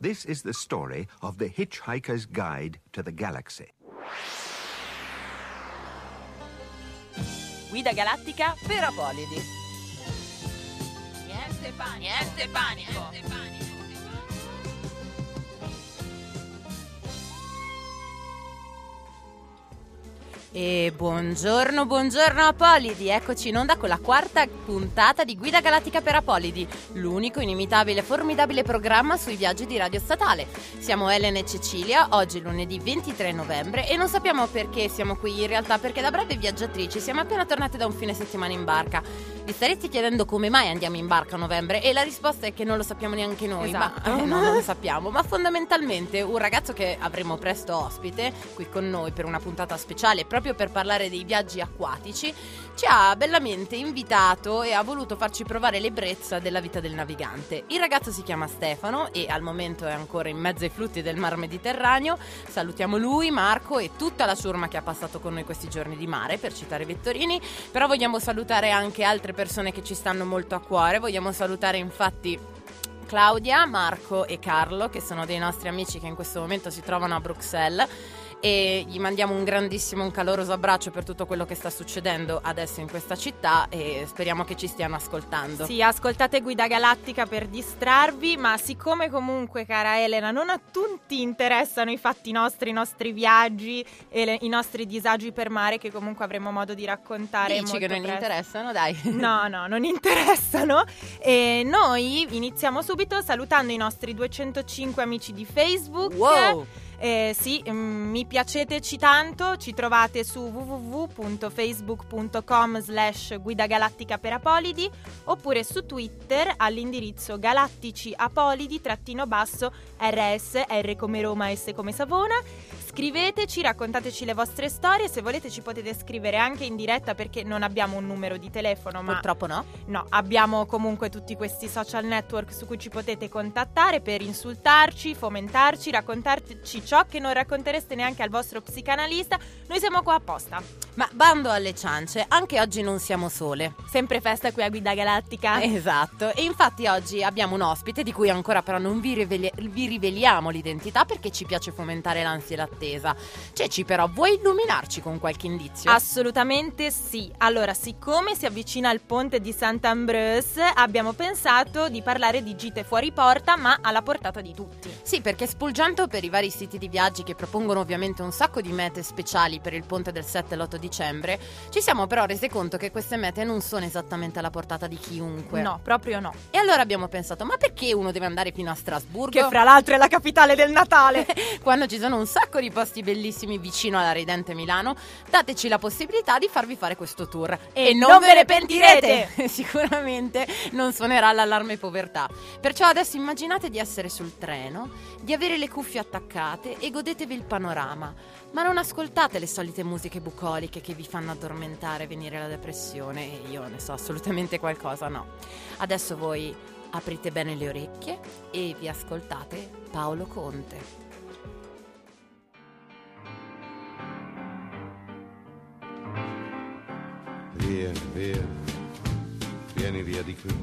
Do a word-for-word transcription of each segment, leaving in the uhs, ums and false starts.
This is the story of The Hitchhiker's Guide to the Galaxy. Guida galattica per Apolidi. Niente panico, niente panico. Niente panico. E buongiorno, buongiorno Apolidi, eccoci in onda con la quarta puntata di Guida Galattica per Apolidi, l'unico inimitabile e formidabile programma sui viaggi di Radio Statale. Siamo Elena e Cecilia, oggi lunedì ventitré novembre e non sappiamo perché siamo qui in realtà, perché da brave viaggiatrici siamo appena tornate da un fine settimana in barca. Vi starete chiedendo come mai andiamo in barca a novembre e la risposta è che non lo sappiamo neanche noi. Esatto. Ma, eh, no, non lo sappiamo, ma fondamentalmente un ragazzo che avremo presto ospite qui con noi per una puntata speciale proprio per parlare dei viaggi acquatici ci ha bellamente invitato e ha voluto farci provare l'ebbrezza della vita del navigante. Il ragazzo si chiama Stefano e al momento è ancora in mezzo ai flutti del Mar Mediterraneo. Salutiamo lui, Marco e tutta la ciurma che ha passato con noi questi giorni di mare, per citare Vettorini, però vogliamo salutare anche altre persone che ci stanno molto a cuore. Vogliamo salutare infatti Claudia, Marco e Carlo, che sono dei nostri amici che in questo momento si trovano a Bruxelles, e gli mandiamo un grandissimo, un caloroso abbraccio per tutto quello che sta succedendo adesso in questa città e speriamo che ci stiano ascoltando. Sì, ascoltate Guida Galattica per distrarvi, ma siccome comunque, cara Elena, non a tutti interessano i fatti nostri, i nostri viaggi e le, i nostri disagi per mare, che comunque avremo modo di raccontare. Dici molto che non presto. interessano, dai. No, no, non interessano. E noi iniziamo subito salutando i nostri duecentocinque amici di Facebook. Wow! Eh, sì, mm, mi piaceteci tanto, ci trovate su w w w punto facebook punto com slash guida galattica per Apolidi oppure su Twitter all'indirizzo galattici apolidi trattino basso rs, R come Roma, S come Savona. Scriveteci, raccontateci le vostre storie, se volete ci potete scrivere anche in diretta perché non abbiamo un numero di telefono, ma Purtroppo no. No, abbiamo comunque tutti questi social network su cui ci potete contattare per insultarci, fomentarci, raccontarci ciò che non raccontereste neanche al vostro psicanalista. Noi siamo qua apposta. Ma bando alle ciance, anche oggi non siamo sole. Sempre festa qui a Guida Galattica. Esatto, e infatti oggi abbiamo un ospite di cui ancora però non vi, riveli- vi riveliamo l'identità perché ci piace fomentare l'ansia e l'attesa. Ceci, però, vuoi illuminarci con qualche indizio? Assolutamente sì. Allora, siccome si avvicina il ponte di Saint-Ambroise, abbiamo pensato di parlare di gite fuori porta, ma alla portata di tutti. Sì, perché spulgiando per i vari siti di viaggi che propongono ovviamente un sacco di mete speciali per il ponte del sette e l'otto dicembre, ci siamo però resi conto che queste mete non sono esattamente alla portata di chiunque. No, proprio no. E allora abbiamo pensato, ma perché uno deve andare fino a Strasburgo? Che fra l'altro è la capitale del Natale. Quando ci sono un sacco di posti bellissimi vicino alla ridente Milano, dateci la possibilità di farvi fare questo tour. E, e non, non ve ne pentirete! pentirete. Sicuramente non suonerà l'allarme povertà. Perciò adesso immaginate di essere sul treno, di avere le cuffie attaccate e godetevi il panorama. Ma non ascoltate le solite musiche bucoliche che vi fanno addormentare e venire la depressione. E io ne so assolutamente qualcosa, no. Adesso voi aprite bene le orecchie e vi ascoltate Paolo Conte. Via, via, vieni via di qui.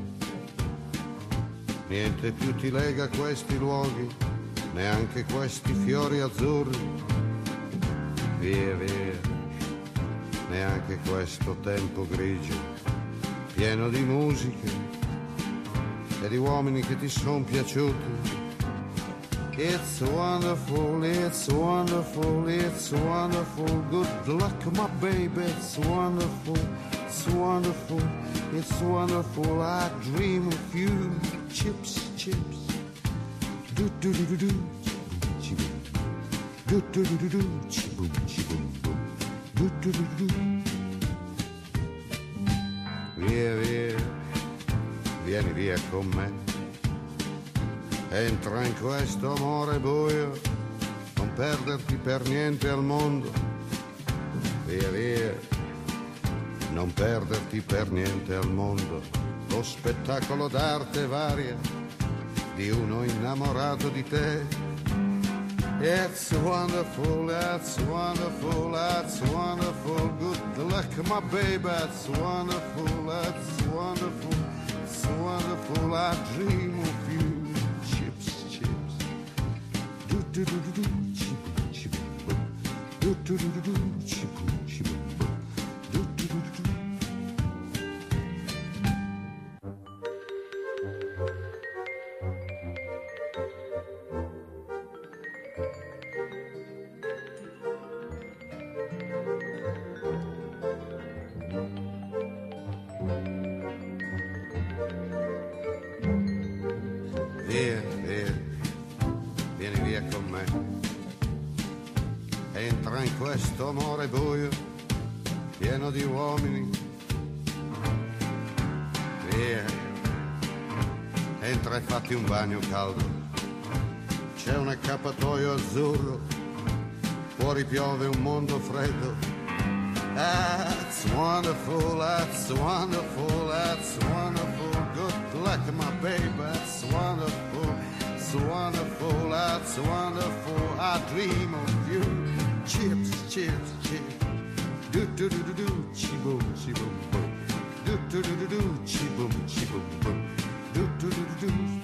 Niente più ti lega a questi luoghi, neanche questi fiori azzurri. Via, via, neanche questo tempo grigio, pieno di musiche e di uomini che ti son piaciuti. It's wonderful, it's wonderful, it's wonderful. Good luck, my baby, it's wonderful, it's wonderful, it's wonderful. I dream of you, chips, chips. Do do do do do, chiboom. Do do do do do, chiboom, chiboom, boom. Do do do do do. Via, via, vieni via con me. Entra in questo amore buio, non perderti per niente al mondo. Via via, non perderti per niente al mondo. Lo spettacolo d'arte varia di uno innamorato di te. It's wonderful, it's wonderful, it's wonderful. Good luck, my baby, it's wonderful, it's wonderful, it's wonderful. I dream of you. Chips, chips. Via, via, vieni via con me. Entra in questo amore buio, pieno di uomini. Via, entra e fatti un bagno caldo. C'è un accappatoio azzurro, fuori piove un mondo freddo. That's wonderful, that's wonderful, that's wonderful. Good luck, my baby, that's wonderful, that's wonderful, that's wonderful. I dream of you. Chips, chips, chips. Do do do do do, chi boom, chi boom boom. Do do do do do, chi boom, chi boom boom. Do do do do do.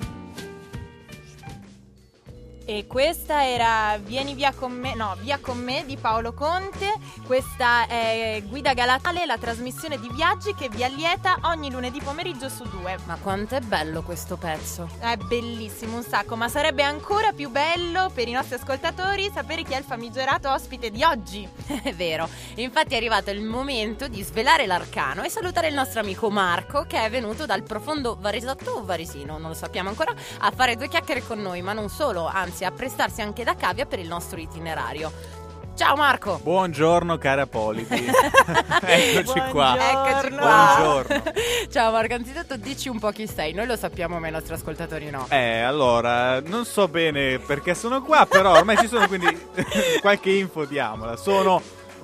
E questa era Vieni via con me, no, Via con me di Paolo Conte. Questa è Guida Galatale, la trasmissione di viaggi che vi allieta ogni lunedì pomeriggio su due. Ma quanto è bello questo pezzo. È bellissimo, un sacco, ma sarebbe ancora più bello per i nostri ascoltatori sapere chi è il famigerato ospite di oggi. È vero, infatti è arrivato il momento di svelare l'arcano e salutare il nostro amico Marco, che è venuto dal profondo Varesotto o Varesino, non lo sappiamo ancora, a fare due chiacchiere con noi, ma non solo, anzi a prestarsi anche da cavia per il nostro itinerario. Ciao Marco! Buongiorno cara Politi. Eccoci qua. Eccoci qua. Buongiorno. Ciao Marco, anzitutto dici un po' chi sei, noi lo sappiamo ma i nostri ascoltatori no. Eh, allora, non so bene perché sono qua, però ormai ci sono, quindi qualche info diamola. Sono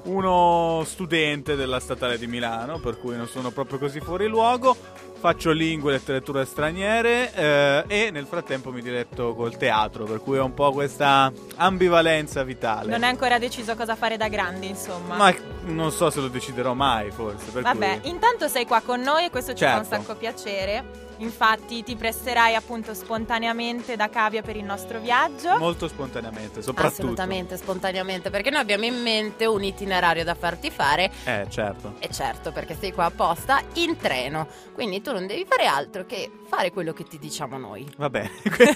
uno studente della Statale di Milano, per cui non sono proprio così fuori luogo. Faccio lingue e letterature straniere eh, e nel frattempo mi diletto col teatro, per cui ho un po' questa ambivalenza vitale. Non è ancora deciso cosa fare da grande, insomma. Ma non so se lo deciderò mai, forse. Per Vabbè, cui... intanto sei qua con noi e questo ci Certo. fa un sacco piacere. Infatti ti presterai appunto spontaneamente da cavia per il nostro viaggio. Molto spontaneamente, soprattutto. Assolutamente, spontaneamente, perché noi abbiamo in mente un itinerario da farti fare. Eh, certo. E certo, perché sei qua apposta in treno, quindi tu non devi fare altro che fare quello che ti diciamo noi. Vabbè,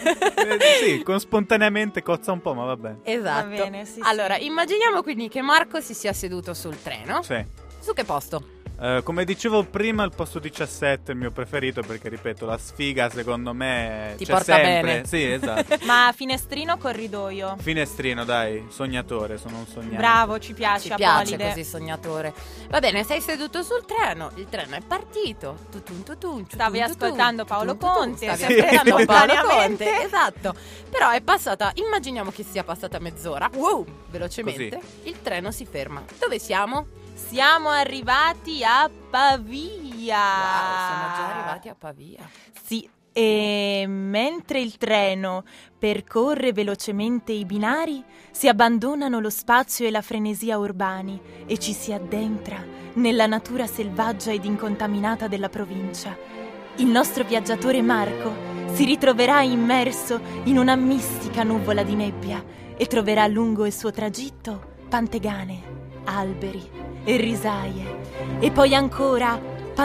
sì, con spontaneamente cozza un po', ma vabbè. Esatto. Va bene, sì, allora, sì. immaginiamo quindi che Marco si sia seduto sul treno. Sì. Su che posto? Uh, come dicevo prima, il posto diciassette è il mio preferito, perché ripeto, la sfiga secondo me Ti c'è porta sempre. bene. Sì, esatto. Ma finestrino o corridoio? Finestrino, dai, sognatore, sono un sognante. Bravo, ci piace, Ci piace Apolide. così sognatore. Va bene, sei seduto sul treno, il treno è partito. Tutun, tutun, Stavi tutun, tutun, ascoltando Paolo tutun, tutun, Conte, Stavi sì. ascoltando Paolo Spontaneamente. Conte, esatto. Però è passata, immaginiamo che sia passata mezz'ora. Wow, velocemente. Il treno si ferma. Dove siamo? Siamo arrivati a Pavia. Wow, siamo già arrivati a Pavia. Sì, e mentre il treno percorre velocemente i binari, si abbandonano lo spazio e la frenesia urbani e ci si addentra nella natura selvaggia ed incontaminata della provincia. Il nostro viaggiatore Marco si ritroverà immerso in una mistica nuvola di nebbia e troverà lungo il suo tragitto pantegane, alberi e risaie, e poi ancora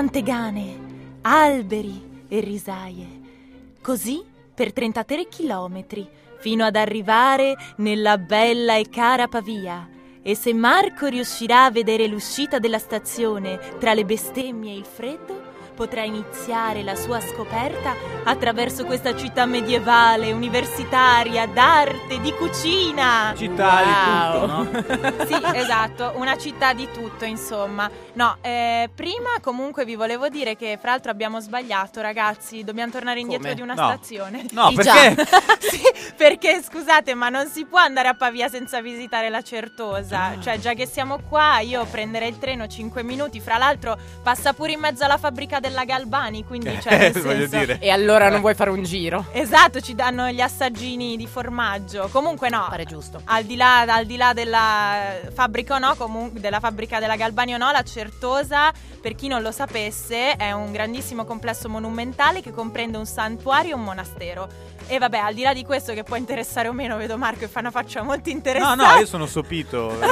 pantegane, alberi e risaie. Così per trentatré chilometri, fino ad arrivare nella bella e cara Pavia. E se Marco riuscirà a vedere l'uscita della stazione tra le bestemmie e il freddo, potrà iniziare la sua scoperta attraverso questa città medievale, universitaria, d'arte, di cucina. Città Wow. di tutto, no? Sì, esatto, una città di tutto, insomma. No, eh, prima comunque vi volevo dire che fra l'altro abbiamo sbagliato, ragazzi, dobbiamo tornare indietro Come? di una No. stazione. No, Sì, perché? Sì, perché scusate, ma non si può andare a Pavia senza visitare la Certosa. Cioè, già che siamo qua, io prenderei il treno cinque minuti. Fra l'altro, passa pure in mezzo alla fabbrica della Galbani. Quindi, cioè, nel Eh, voglio senso- dire. E allora non vuoi fare un giro? Esatto, ci danno gli assaggini di formaggio. Comunque, no. Pare giusto. Al di là, al di là della fabbrica o no, comunque della fabbrica della Galbani o no, la Certosa, per chi non lo sapesse, è un grandissimo complesso monumentale che comprende un santuario e un monastero. E vabbè, al di là di questo, che può interessare o meno, vedo Marco che fa una faccia molto No, interessante. no, io sono sopito. eh.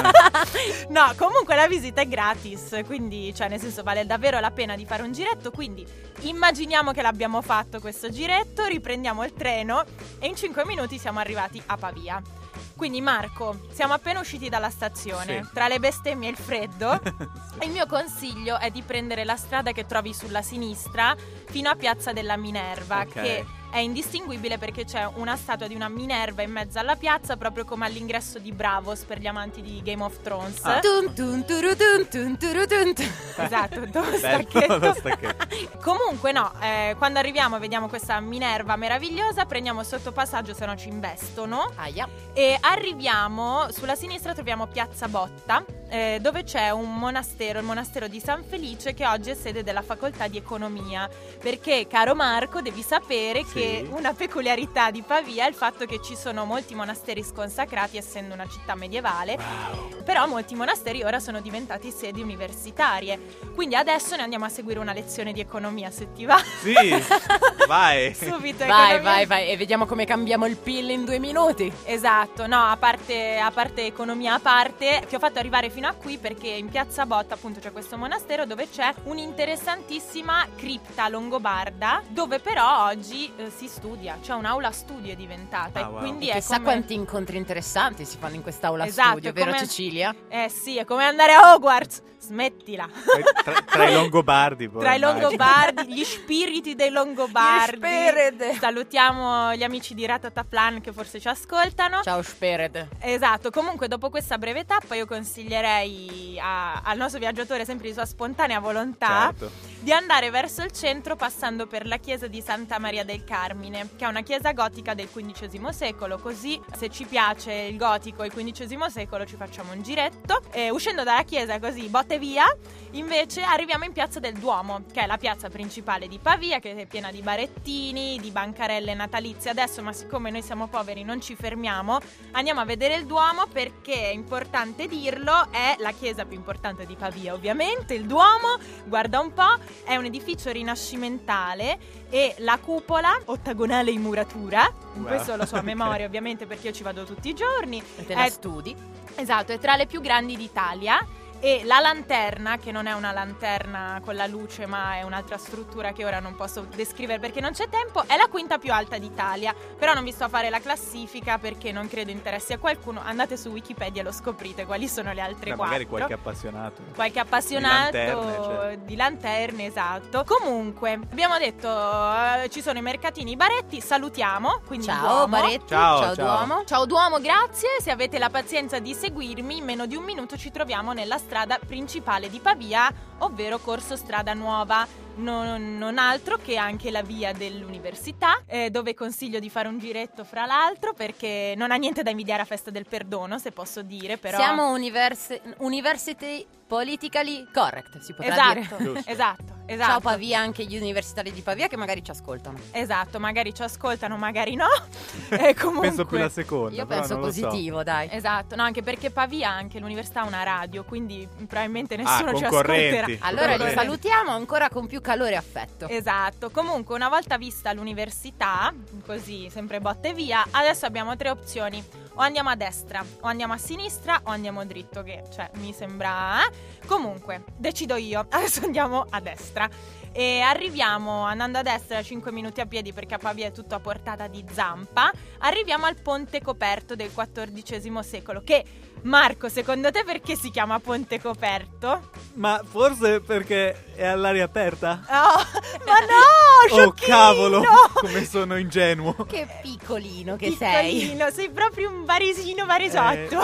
No, comunque la visita è gratis, quindi, cioè, nel senso, vale davvero la pena di fare un giretto. Quindi immaginiamo che l'abbiamo fatto questo giretto, riprendiamo il treno e in cinque minuti siamo arrivati a Pavia. Quindi Marco, siamo appena usciti dalla stazione, Sì. tra le bestemmie e il freddo. Il mio consiglio è di prendere la strada che trovi sulla sinistra fino a Piazza della Minerva, Ok. che è indistinguibile perché c'è una statua di una Minerva in mezzo alla piazza, proprio come all'ingresso di Bravos per gli amanti di Game of Thrones. Ah. Tun, tun, turu, tun, tun, turu, tun, tun. Esatto, dopo Bello, stacchetto. lo stacchetto. Comunque no, eh, quando arriviamo e vediamo questa Minerva meravigliosa, prendiamo sotto passaggio, se no ci investono. Aia. E arriviamo, sulla sinistra troviamo Piazza Botta, eh, dove c'è un monastero, il monastero di San Felice, che oggi è sede della facoltà di economia. Perché, caro Marco, devi sapere Sì. che una peculiarità di Pavia è il fatto che ci sono molti monasteri sconsacrati, essendo una città medievale. Wow. Però molti monasteri ora sono diventati sedi universitarie. Quindi adesso ne andiamo a seguire una lezione di economia, se ti va. Sì, vai. Subito. Vai, economia. vai, vai. E vediamo come cambiamo il P I L in due minuti. Esatto, no, a parte, a parte economia a parte, ti ho fatto arrivare fino a qui perché in Piazza Botta appunto c'è questo monastero dove c'è un'interessantissima cripta longobarda, dove però oggi eh, si studia, c'è un'aula studio è diventata. Ah, E wow. quindi E è chissà come... quanti incontri interessanti si fanno in quest'aula Esatto, studio, è vero come- Cecilia? Eh sì, è come andare a Hogwarts, smettila. Tra, tra i longobardi poi, Tra i immagino. longobardi, gli spiriti dei longobardi. Gli spiriti. Salutiamo gli amici di Ratataplan che forse ci ascoltano. Ciao Sperede. Esatto, comunque dopo questa breve tappa io consiglierei a- al nostro viaggiatore, sempre di sua spontanea volontà, Certo. di andare verso il centro passando per la chiesa di Santa Maria del Carmine, che è una chiesa gotica del quindicesimo secolo, così se ci piace il gotico e il quindicesimo secolo ci facciamo un giretto. E uscendo dalla chiesa così, botte via, invece arriviamo in Piazza del Duomo, che è la piazza principale di Pavia, che è piena di barettini, di bancarelle natalizie adesso, ma siccome noi siamo poveri non ci fermiamo, andiamo a vedere il Duomo perché è importante dirlo, è la chiesa più importante di Pavia ovviamente, il Duomo, guarda un po', è un edificio rinascimentale e la cupola ottagonale in muratura, Wow. questo lo so a Ok. memoria ovviamente perché io ci vado tutti i giorni. E te la È- studi? Esatto, è tra le più grandi d'Italia. E la lanterna, che non è una lanterna con la luce ma è un'altra struttura che ora non posso descrivere perché non c'è tempo, è la quinta più alta d'Italia. Però non vi sto a fare la classifica perché non credo interessi a qualcuno. Andate su Wikipedia e lo scoprite quali sono le altre Beh, quattro. magari qualche appassionato. Qualche appassionato Di lanterne, cioè. di lanterne, esatto. Comunque, abbiamo detto eh, ci sono i mercatini, i baretti, salutiamo. Quindi Ciao Duomo. Baretti, Ciao, ciao, ciao. Duomo. Ciao Duomo, grazie. Se avete la pazienza di seguirmi, in meno di un minuto ci troviamo nella strada principale di Pavia, ovvero Corso Strada Nuova. Non, non altro che anche la via dell'università, eh, dove consiglio di fare un giretto fra l'altro perché non ha niente da invidiare a Festa del Perdono, se posso dire, però Siamo universi- University Politically Correct, si potrà esatto, dire. Giusto. esatto, esatto. Ciao Pavia, anche gli universitari di Pavia che magari ci ascoltano. Esatto, magari ci ascoltano, magari no. E comunque Penso più la seconda. Io però penso non lo so. positivo, dai. Esatto, no, anche perché Pavia anche l'università ha una radio, quindi probabilmente nessuno ci concorrenti. ascolterà. Allora li Concorrenti. salutiamo ancora con più calore e affetto. Esatto, comunque una volta vista l'università, così sempre botte via, adesso abbiamo tre opzioni. O andiamo a destra, o andiamo a sinistra, o andiamo dritto, che cioè mi sembra... eh? Comunque, decido io, adesso andiamo a destra. E arriviamo andando a destra cinque minuti a piedi perché a Pavia è tutto a portata di zampa. Arriviamo al ponte coperto del quattordicesimo secolo, che Marco, secondo te perché si chiama ponte coperto? Ma forse perché è all'aria aperta? Oh, ma no, Oh sciocchino! cavolo, come sono ingenuo. Che piccolino che sei. Piccolino, sei proprio un baresino baresotto.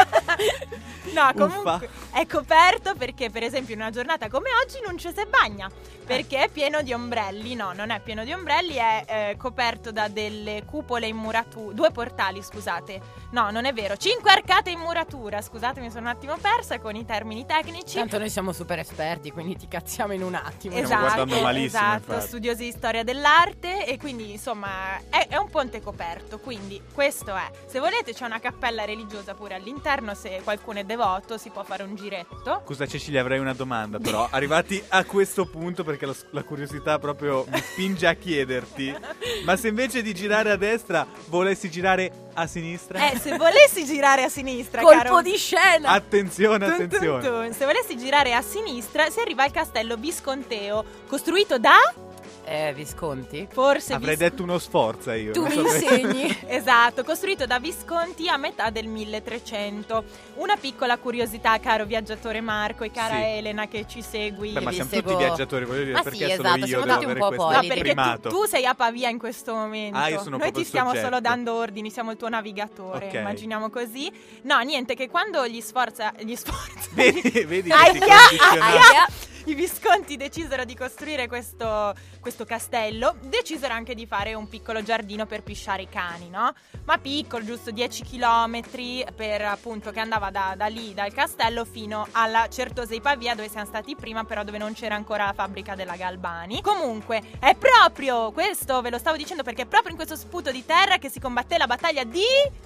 Eh. No, Uffa. comunque è coperto perché per esempio in una giornata come oggi non ci si bagna perché è pieno di ombrelli. No, non è pieno di ombrelli, è eh, coperto da delle cupole in muratura, due portali, scusate. No, non è vero, cinque arcate in muratura. Scusate, mi sono un attimo persa con i termini tecnici. Tanto noi siamo super esperti, quindi ti cazziamo in un attimo. Stiamo Esatto, guardando malissimo, esatto, infatti. studiosi di storia dell'arte e quindi insomma è, è un ponte coperto, quindi questo è. Se volete c'è una cappella religiosa pure all'interno, se qualcuno è devoto si può fare un giretto. Scusa Cecilia, avrei una domanda però. Arrivati a questo punto, perché la, la curiosità proprio mi spinge a chiederti, ma se invece di girare a destra volessi girare a sinistra? Eh, se volessi girare a sinistra, Colpo caro... di scena. Attenzione, Tun, tun, attenzione. tun. Se volessi girare a sinistra si arriva al castello Visconteo, costruito da... Eh, Visconti? Forse Avrei Vis- detto uno Sforza io. Tu non mi saprei. insegni. Esatto, costruito da Visconti a metà del milletrecento. Una piccola curiosità, caro viaggiatore Marco e cara Sì. Elena che ci segui. Beh, ma vi siamo seguo- tutti viaggiatori, voglio dire, Ma perché sì, solo esatto, io siamo devo tutti un avere po' questo No, polidi. perché tu, primato? tu sei a Pavia in questo momento. Ah, io sono Noi proprio ti il stiamo soggetto. solo dando ordini, siamo il tuo navigatore, Ok. immaginiamo così. No, niente, che quando gli sforza gli sforza Vedi, vedi che Aia, si condizionava. aia. I Visconti decisero di costruire questo, questo castello, decisero anche di fare un piccolo giardino per pisciare i cani, no? Ma piccolo, giusto dieci chilometri, per appunto che andava da, da lì, dal castello, fino alla Certosa di Pavia, dove siamo stati prima, però dove non c'era ancora la fabbrica della Galbani. Comunque, è proprio questo, ve lo stavo dicendo, perché è proprio in questo sputo di terra che si combatté la battaglia di...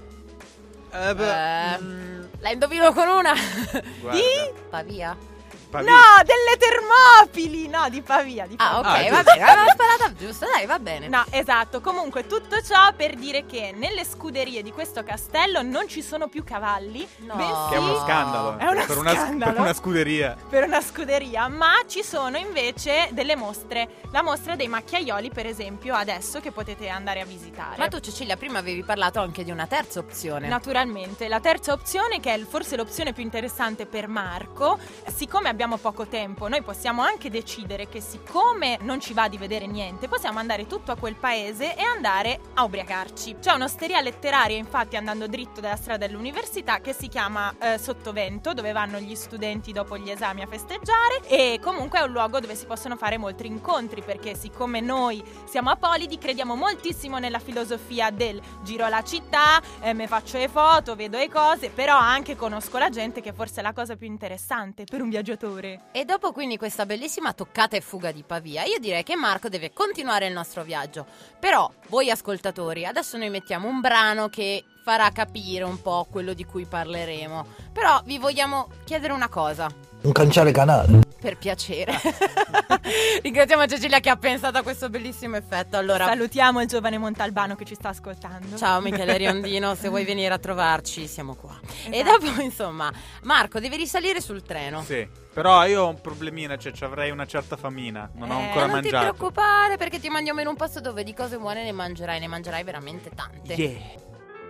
Eh, beh, Eh, la indovino con una. guarda, Pavia. Pavia. No, delle Termopili! No, di Pavia, di Ah, Pavia. ok, Ah, va giusto. bene, avevo sparata giusto, dai, va bene. No, esatto. Comunque tutto ciò per dire che nelle scuderie di questo castello non ci sono più cavalli, No. bensì Che è uno scandalo. È uno per, una, scandalo. per una scuderia. per una scuderia, ma ci sono invece delle mostre. La mostra dei macchiaioli, per esempio, adesso che potete andare a visitare. Ma tu, Cecilia, prima avevi parlato anche di una terza opzione. Naturalmente, la terza opzione, che è forse l'opzione più interessante per Marco, siccome abbiamo poco tempo, noi possiamo anche decidere che siccome non ci va di vedere niente, possiamo andare tutto a quel paese e andare a ubriacarci. C'è un'osteria letteraria, infatti, andando dritto dalla strada dell'università, che si chiama eh, Sottovento, dove vanno gli studenti dopo gli esami a festeggiare, e comunque è un luogo dove si possono fare molti incontri, perché siccome noi siamo apolidi, crediamo moltissimo nella filosofia del giro la città, eh, me faccio le foto, vedo le cose, però anche conosco la gente, che forse è la cosa più interessante per un viaggiatore. E dopo quindi questa bellissima toccata e fuga di Pavia, io direi che Marco deve continuare il nostro viaggio. Però, voi ascoltatori, adesso noi mettiamo un brano che farà capire un po' quello di cui parleremo. Però vi vogliamo chiedere una cosa. Non cancellare canale. Per piacere. Ringraziamo Cecilia che ha pensato a questo bellissimo effetto. Allora, Salutiamo il giovane Montalbano che ci sta ascoltando. ciao Michele Riondino, se vuoi venire a trovarci siamo qua. E Esatto. dopo, insomma, Marco devi risalire sul treno. Sì. Però io ho un problemino, cioè ci avrei una certa famina. Non ho Eh, ancora non mangiato. ti preoccupare, perché ti mandiamo in un posto dove di cose buone ne mangerai, ne mangerai veramente tante. Yeah.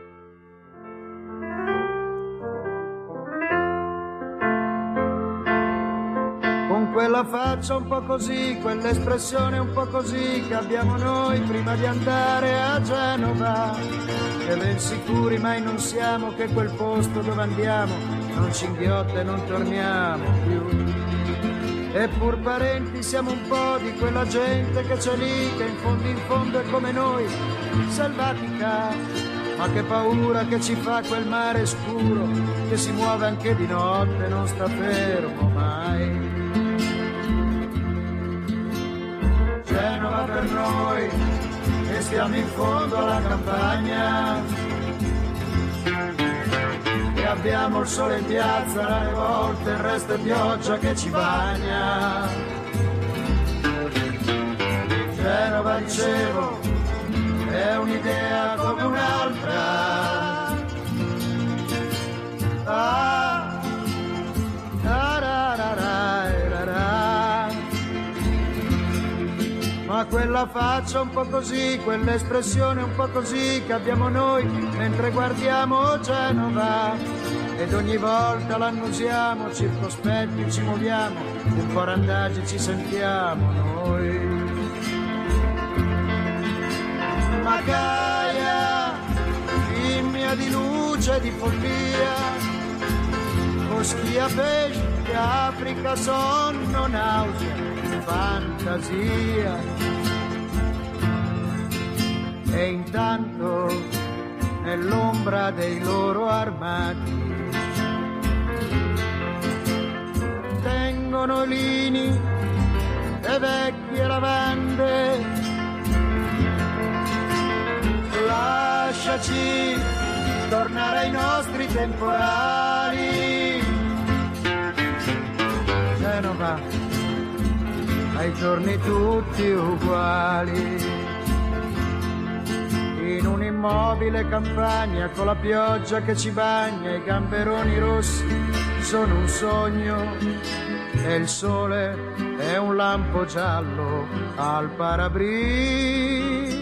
Con quella faccia un po' così, quell'espressione un po' così che abbiamo noi prima di andare a Genova, che ben sicuri mai non siamo che quel posto dove andiamo non ci inghiotta e non torniamo più. Eppur parenti siamo un po' di quella gente che c'è lì, che in fondo in fondo è come noi, selvatica, ma che paura che ci fa quel mare scuro che si muove anche di notte, non sta fermo mai. Genova per noi, che stiamo in fondo alla campagna, e abbiamo il sole in piazza, alle volte il resto è pioggia che ci bagna. Genova, dicevo, è un'idea come un'altra. Ah, da, da, da, da, da, da. Ma quella faccia un po' così, quell'espressione un po' così che abbiamo noi mentre guardiamo Genova, ed ogni volta l'annusiamo, circospetti ci muoviamo, un po' randagi ci sentiamo noi. Ma Gaia, fimmia di luce, di follia, boschia, pesce, Africa, sonno, nausea, fantasia. E intanto nell'ombra dei loro armati tengono lini e vecchie lavande. Lasciaci tornare ai nostri temporali. Genova, ai giorni tutti uguali. In un'immobile campagna con la pioggia che ci bagna, i gamberoni rossi sono un sogno, e il sole è un lampo giallo al parabrisa.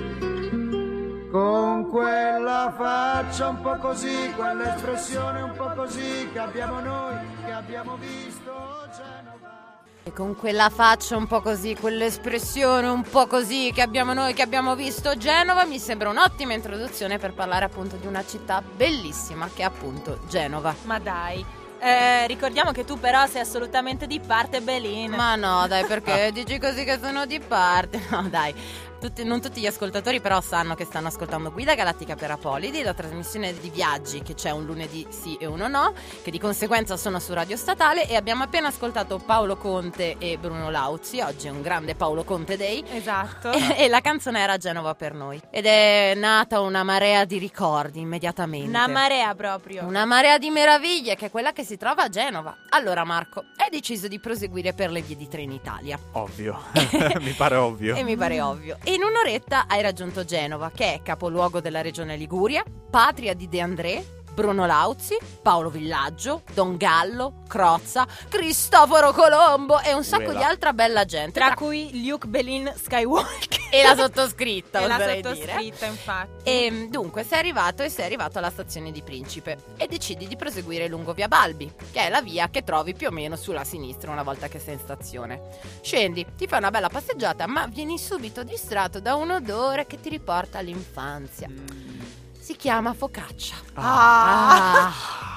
Con quella faccia un po' così, quell'espressione un po' così che abbiamo noi, che abbiamo visto Genova. E con quella faccia un po' così, quell'espressione un po' così che abbiamo noi, che abbiamo visto Genova, mi sembra un'ottima introduzione per parlare appunto di una città bellissima che è appunto Genova. Ma dai, eh, ricordiamo che tu però sei assolutamente di parte Belin. Ma no, dai, perché dici così che sono di parte? No, dai. Tutti, non tutti gli ascoltatori però sanno che stanno ascoltando Guida Galattica per Apolidi, la trasmissione di viaggi che c'è un lunedì sì e uno no, che di conseguenza sono su Radio Statale, e abbiamo appena ascoltato Paolo Conte e Bruno Lauzi. Oggi è un grande Paolo Conte Day. Esatto. E, e la canzone era Genova per noi. Ed è nata una marea di ricordi immediatamente. Una marea proprio. Una marea di meraviglie, che è quella che si trova a Genova. Allora Marco, hai deciso di proseguire per le vie di Trenitalia. Ovvio, mi pare ovvio. E mi pare ovvio. E in un'oretta hai raggiunto Genova, che è capoluogo della regione Liguria, patria di De André, Bruno Lauzi, Paolo Villaggio, Don Gallo, Crozza, Cristoforo Colombo e un sacco Quella. di altra bella gente. Tra cui Luke Belin Skywalker. E la sottoscritta, E la oserei dire. sottoscritta, infatti. E dunque sei arrivato e sei arrivato alla stazione di Principe e decidi di proseguire lungo via Balbi, che è la via che trovi più o meno sulla sinistra una volta che sei in stazione. Scendi, ti fai una bella passeggiata, ma vieni subito distratto da un odore che ti riporta all'infanzia. Si chiama focaccia. Ah. Ah,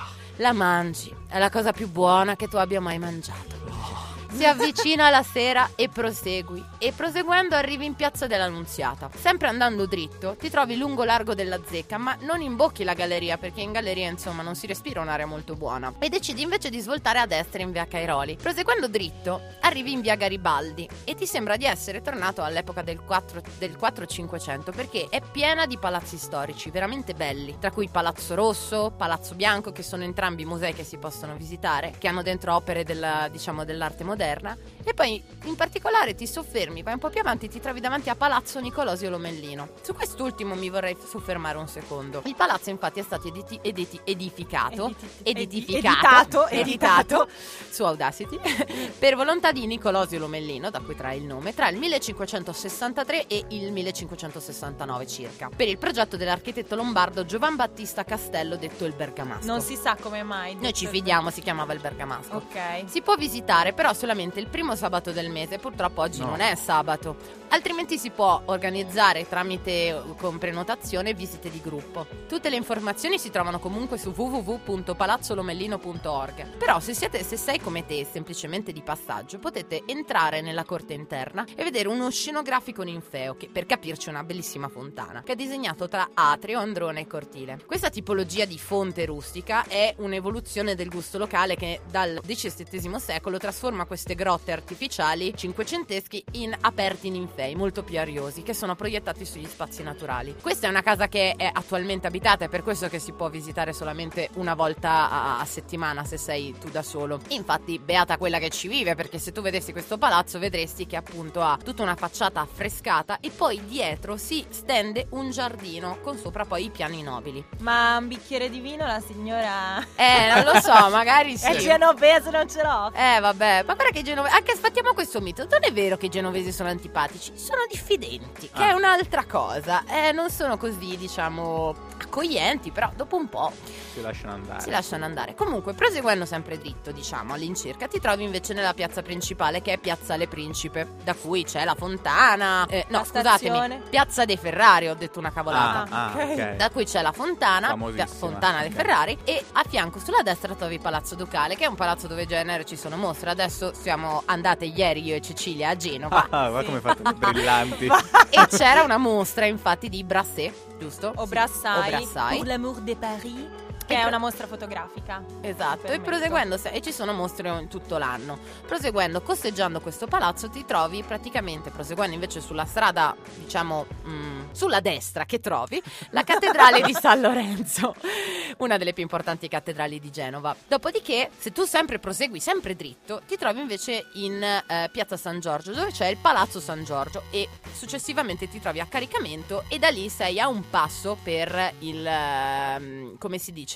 la mangi, è la cosa più buona che tu abbia mai mangiato. Si avvicina la sera e prosegui, e proseguendo arrivi in piazza dell'Annunziata. Sempre andando dritto ti trovi lungo largo della Zecca, ma non imbocchi la galleria, perché in galleria insomma non si respira un'aria molto buona, e decidi invece di svoltare a destra in via Cairoli. Proseguendo dritto arrivi in via Garibaldi e ti sembra di essere tornato all'epoca del quattro del quattrocento-cinquecento, perché è piena di palazzi storici veramente belli, tra cui Palazzo Rosso, Palazzo Bianco, che sono entrambi musei che si possono visitare, che hanno dentro opere della, diciamo, dell'arte moderna. E poi in particolare ti soffermi, vai un po' più avanti e ti trovi davanti a Palazzo Nicolosio Lomellino. Su quest'ultimo mi vorrei soffermare un secondo. Il palazzo infatti è stato editi- editi- edificato Editi- edificato editato, editato su Audacity per volontà di Nicolosio Lomellino, da cui trae il nome, tra il millecinquecentosessantatré e il millecinquecentosessantanove circa, per il progetto dell'architetto lombardo Giovan Battista Castello, detto il Bergamasco. Non si sa come mai. Noi ci fidiamo, si chiamava il Bergamasco. Ok. Si può visitare però solamente il primo sabato del mese, purtroppo oggi No. non è sabato. Altrimenti si può organizzare tramite con prenotazione visite di gruppo. Tutte le informazioni si trovano comunque su w w w punto palazzo lomellino punto org. Però se siete se sei come te semplicemente di passaggio, potete entrare nella corte interna e vedere uno scenografico ninfeo, che per capirci è una bellissima fontana, che è disegnato tra atrio, androne e cortile. Questa tipologia di fonte rustica è un'evoluzione del gusto locale che dal diciassettesimo secolo trasforma queste grotte artificiali cinquecenteschi in aperti ninfei molto più ariosi, che sono proiettati sugli spazi naturali. Questa è una casa che è attualmente abitata, è per questo che si può visitare solamente una volta a, a settimana se sei tu da solo. Infatti beata quella che ci vive, perché se tu vedessi questo palazzo vedresti che appunto ha tutta una facciata affrescata e poi dietro si stende un giardino con sopra poi i piani nobili. Ma un bicchiere di vino la signora Eh, non lo so, magari sì. è genovese, non ce l'ho. Eh vabbè, ma guarda che i genovesi, anche sfattiamo questo mito, non è vero che i genovesi sono antipatici, sono diffidenti, che Ah. è un'altra cosa, eh, non sono così, diciamo, accoglienti, però dopo un po' Si lasciano andare. si lasciano andare. Comunque, proseguendo sempre dritto, diciamo, all'incirca, ti trovi invece nella piazza principale, che è Piazzale Principe, da cui c'è la fontana, eh, no La scusatemi, stazione. Piazza dei Ferrari, ho detto una cavolata. Ah, ah, ok. ok. Da cui c'è la fontana, Famosissima. Pia- Fontana dei Ok. Ferrari, e a fianco sulla destra trovi Palazzo Ducale, che è un palazzo dove in genere ci sono mostre. Adesso siamo andate ieri io e Cecilia a Genova Ah, guarda come fate brillanti. e c'era una mostra infatti di Brasset, giusto? O Sì, Brassai, o Brassai. Pour l'amour de Paris, che E è pro- una mostra fotografica. Esatto, e Permetto. proseguendo, se- e ci sono mostre in tutto l'anno. Proseguendo, costeggiando questo palazzo, ti trovi praticamente, proseguendo invece sulla strada, diciamo, mh, sulla destra, che trovi la cattedrale di San Lorenzo, una delle più importanti cattedrali di Genova. Dopodiché, se tu sempre prosegui sempre dritto, ti trovi invece in eh, Piazza San Giorgio, dove c'è il Palazzo San Giorgio, e successivamente ti trovi a Caricamento, e da lì sei a un passo per il, ehm, come si dice,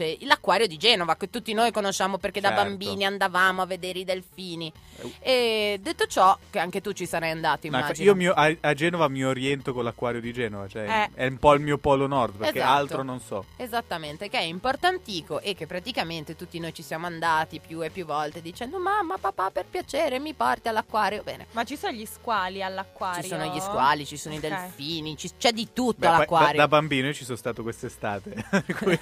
luce l'acquario di Genova, che tutti noi conosciamo perché da Certo. bambini andavamo a vedere i delfini. E detto ciò, che anche tu ci sarai andato, No, immagino. io mio- a, a Genova mi oriento con l'acquario di Genova, cioè Eh. è un po' il mio polo nord, perché Esatto. altro non so. Esattamente, che è importantico e che praticamente tutti noi ci siamo andati più e più volte dicendo mamma, papà, per piacere mi porti all'acquario. Bene, Ma ci sono gli squali all'acquario? ci sono gli squali, ci sono Ok. i delfini, ci- c'è di tutto Beh, poi all'acquario. da, da bambino io ci sono stato quest'estate. Qui-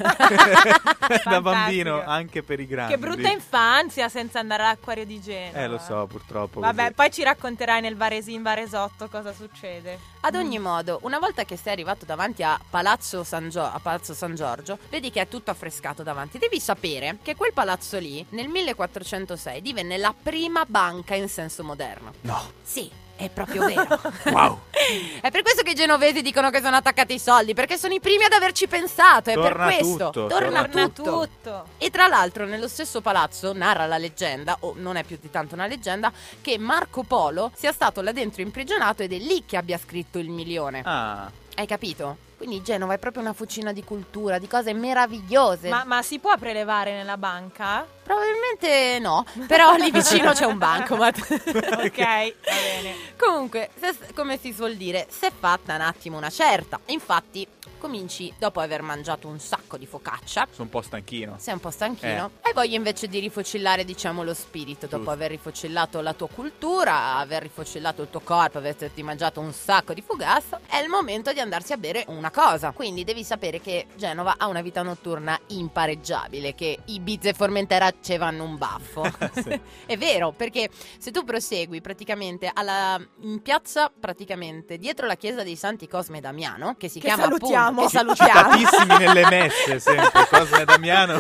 da bambino anche per i grandi. Che brutta infanzia senza andare all'acquario di Genova. Eh, lo so, purtroppo. Vabbè, così. poi ci racconterai nel Varesin Varesotto cosa succede. Ad ogni modo, una volta che sei arrivato davanti a Palazzo San, Gio- a Palazzo San Giorgio, vedi che è tutto affrescato davanti. Devi sapere che quel palazzo lì, nel millequattrocentosei, divenne la prima banca in senso moderno. No. Sì, è proprio vero. Wow. È per questo che i genovesi dicono che sono attaccati ai soldi, perché sono i primi ad averci pensato. È Torna per questo. tutto, Torna, Torna tutto. tutto. E tra l'altro nello stesso palazzo narra la leggenda, o non è più di tanto una leggenda, che Marco Polo sia stato là dentro imprigionato ed è lì che abbia scritto il milione. Ah, Hai capito? Quindi Genova è proprio una fucina di cultura, di cose meravigliose. Ma, ma si può prelevare nella banca? Probabilmente no, però lì vicino c'è un bancomat. Ok, va bene. Comunque, se- come si suol dire, si è fatta un attimo una certa. Infatti, cominci dopo aver mangiato un sacco di focaccia. sono un po' stanchino. Sei un po' stanchino. Hai voglia invece di rifocillare, diciamo, lo spirito. Dopo Giusto. aver rifocillato la tua cultura, aver rifocillato il tuo corpo, averti mangiato un sacco di fugasso, è il momento di andarsi a bere una cosa. Quindi devi sapere che Genova ha una vita notturna impareggiabile, che Ibiza e Formentera ce vanno un baffo. Sì. È vero, perché se tu prosegui praticamente alla, in piazza, praticamente dietro la chiesa dei Santi Cosme e Damiano, che si Che chiama salutiamo. appunto, che salutiamo. Citatissimi nelle messe, sempre. Cosme Damiano.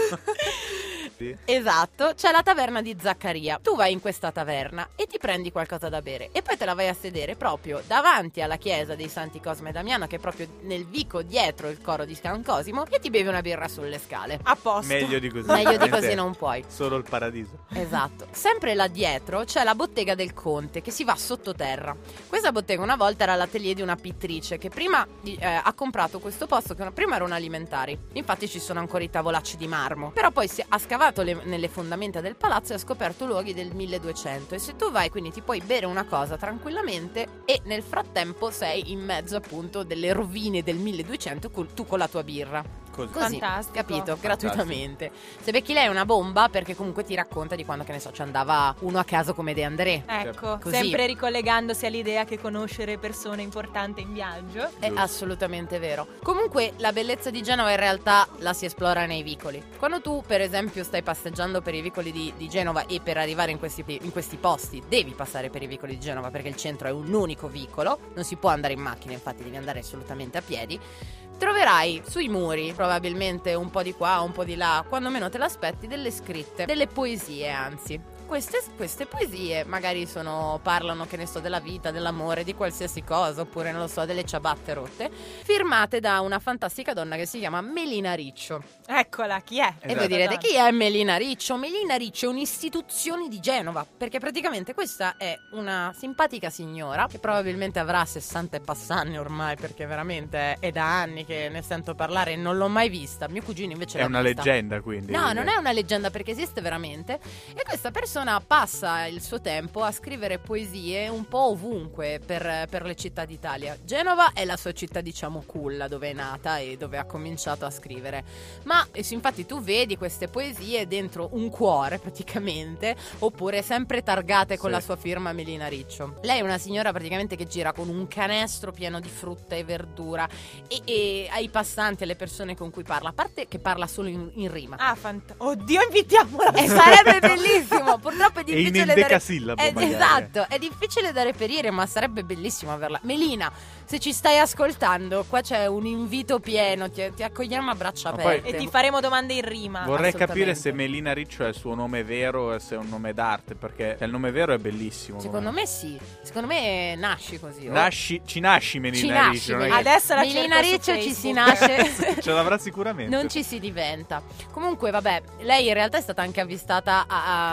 Sì. Esatto, c'è la taverna di Zaccaria. Tu vai in questa taverna e ti prendi qualcosa da bere e poi te la vai a sedere proprio davanti alla chiesa dei Santi Cosme e Damiano, che è proprio nel vico dietro il coro di San Cosimo, e ti bevi una birra sulle scale. A posto. Meglio di così. Meglio di veramente. così non puoi. Solo il paradiso. Esatto. Sempre là dietro c'è la bottega del Conte, che si va sottoterra. Questa bottega una volta era l'atelier di una pittrice che prima di- eh, ha comprato questo posto, che una- prima era un alimentari. Infatti ci sono ancora i tavolacci di marmo. Però poi si ha scavato le- nelle fondamenta del palazzo e ha scoperto luoghi del milleduecento. E se tu vai, quindi ti puoi bere una cosa tranquillamente e nel frattempo sei in mezzo appunto delle rovine del milleduecento col- tu con la tua birra. Così. Così, Fantastico. capito? Fantastico. Gratuitamente. Se becchi lei è una bomba, perché comunque ti racconta di quando, che ne so, ci andava uno a caso come De André. Ecco, Così. sempre ricollegandosi all'idea che conoscere persone importanti in viaggio. È assolutamente vero. Comunque la bellezza di Genova in realtà la si esplora nei vicoli. Quando tu per esempio stai passeggiando per i vicoli di, di Genova, e per arrivare in questi, in questi posti devi passare per i vicoli di Genova, perché il centro è un unico vicolo, non si può andare in macchina, infatti devi andare assolutamente a piedi. Troverai sui muri, probabilmente un po' di qua, un po' di là, quando meno te l'aspetti, delle scritte, delle poesie anzi. Queste, queste poesie magari sono, parlano, che ne so, della vita, dell'amore, di qualsiasi cosa, oppure non lo so, delle ciabatte rotte, firmate da una fantastica donna che si chiama Melina Riccio. Eccola, chi è? E Esatto. voi direte, chi è Melina Riccio? Melina Riccio è un'istituzione di Genova, perché praticamente questa è una simpatica signora che probabilmente avrà sessanta e passanni ormai, perché veramente è da anni che ne sento parlare e non l'ho mai vista. Mio cugino invece È l'ha una vista. leggenda, quindi. No, non è una leggenda, perché esiste veramente. E questa persona passa il suo tempo a scrivere poesie un po' ovunque per, per le città d'Italia. Genova è la sua città, diciamo, culla, dove è nata e dove ha cominciato a scrivere. Ma e sì, infatti tu vedi queste poesie dentro un cuore praticamente, oppure sempre targate con Sì. la sua firma Melina Riccio. Lei è una signora praticamente che gira con un canestro pieno di frutta e verdura e, e ai passanti, alle persone con cui parla, a parte che parla solo in, in rima. Ah, fanta- Oddio, invitiamola. E sarebbe bellissimo. Purtroppo è E in difficile da re- endecasillabo, è, magari. esatto, è difficile da reperire, ma sarebbe bellissimo averla. Melina, se ci stai ascoltando, qua c'è un invito pieno, ti, ti accogliamo a braccia Ma poi- aperte. E ti faremo domande in rima. Vorrei assolutamente. capire se Melina Riccio è il suo nome vero o se è un nome d'arte, perché il nome vero è bellissimo. Secondo me sì, secondo me nasci così. oh. Nasci, ci nasci Melina Ci nasci, Riccio. non è Melina. che- Adesso la Melina cerco su Riccio ci si Facebook. nasce. Ce l'avrà sicuramente. Non ci si diventa. Comunque, vabbè, lei in realtà è stata anche avvistata a, a- a Milano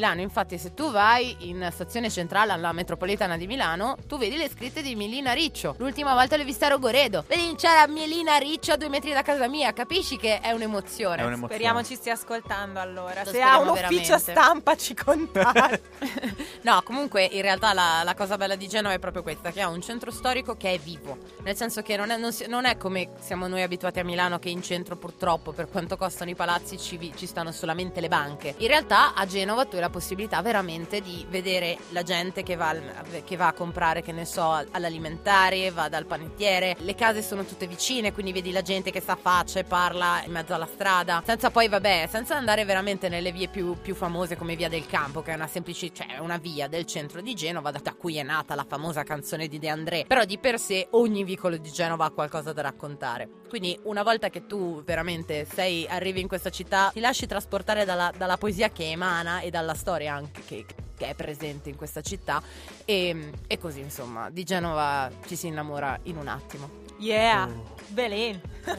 Milano. Infatti se tu vai in stazione centrale alla metropolitana di Milano, tu vedi le scritte di Melina Riccio. L'ultima volta l'ho vista a Rogoredo. Vedi, c'era Melina Riccio a due metri da casa mia. Capisci che è un'emozione. È un'emozione. Speriamo ci stia ascoltando allora. Lo Se ha un speriamo ufficio veramente. stampa ci contate. No, comunque in realtà la, la cosa bella di Genova è proprio questa, che ha un centro storico che è vivo. Nel senso che non è, non si- non è come siamo noi abituati a Milano, che in centro purtroppo per quanto costano i palazzi ci, vi- ci stanno solamente le banche. In realtà a Genova tu hai la possibilità veramente di vedere la gente che va, al- che va a comprare, che ne so, all'alimentare, va dal panettiere. Le case sono tutte vicine, quindi vedi la gente che s'affaccia e parla in mezzo alla strada. Senza poi, vabbè, senza andare veramente nelle vie più, più famose come Via del Campo, che è una semplice, cioè una via del centro di Genova, da da cui è nata la famosa canzone di De André. Però di per sé ogni vicolo di Genova ha qualcosa da raccontare. Quindi una volta che tu veramente sei, arrivi in questa città, ti lasci trasportare dalla, dalla poesia che emana e dalla storia anche che, che è presente in questa città. E, e così insomma di Genova ci si innamora in un attimo. Yeah, Belen.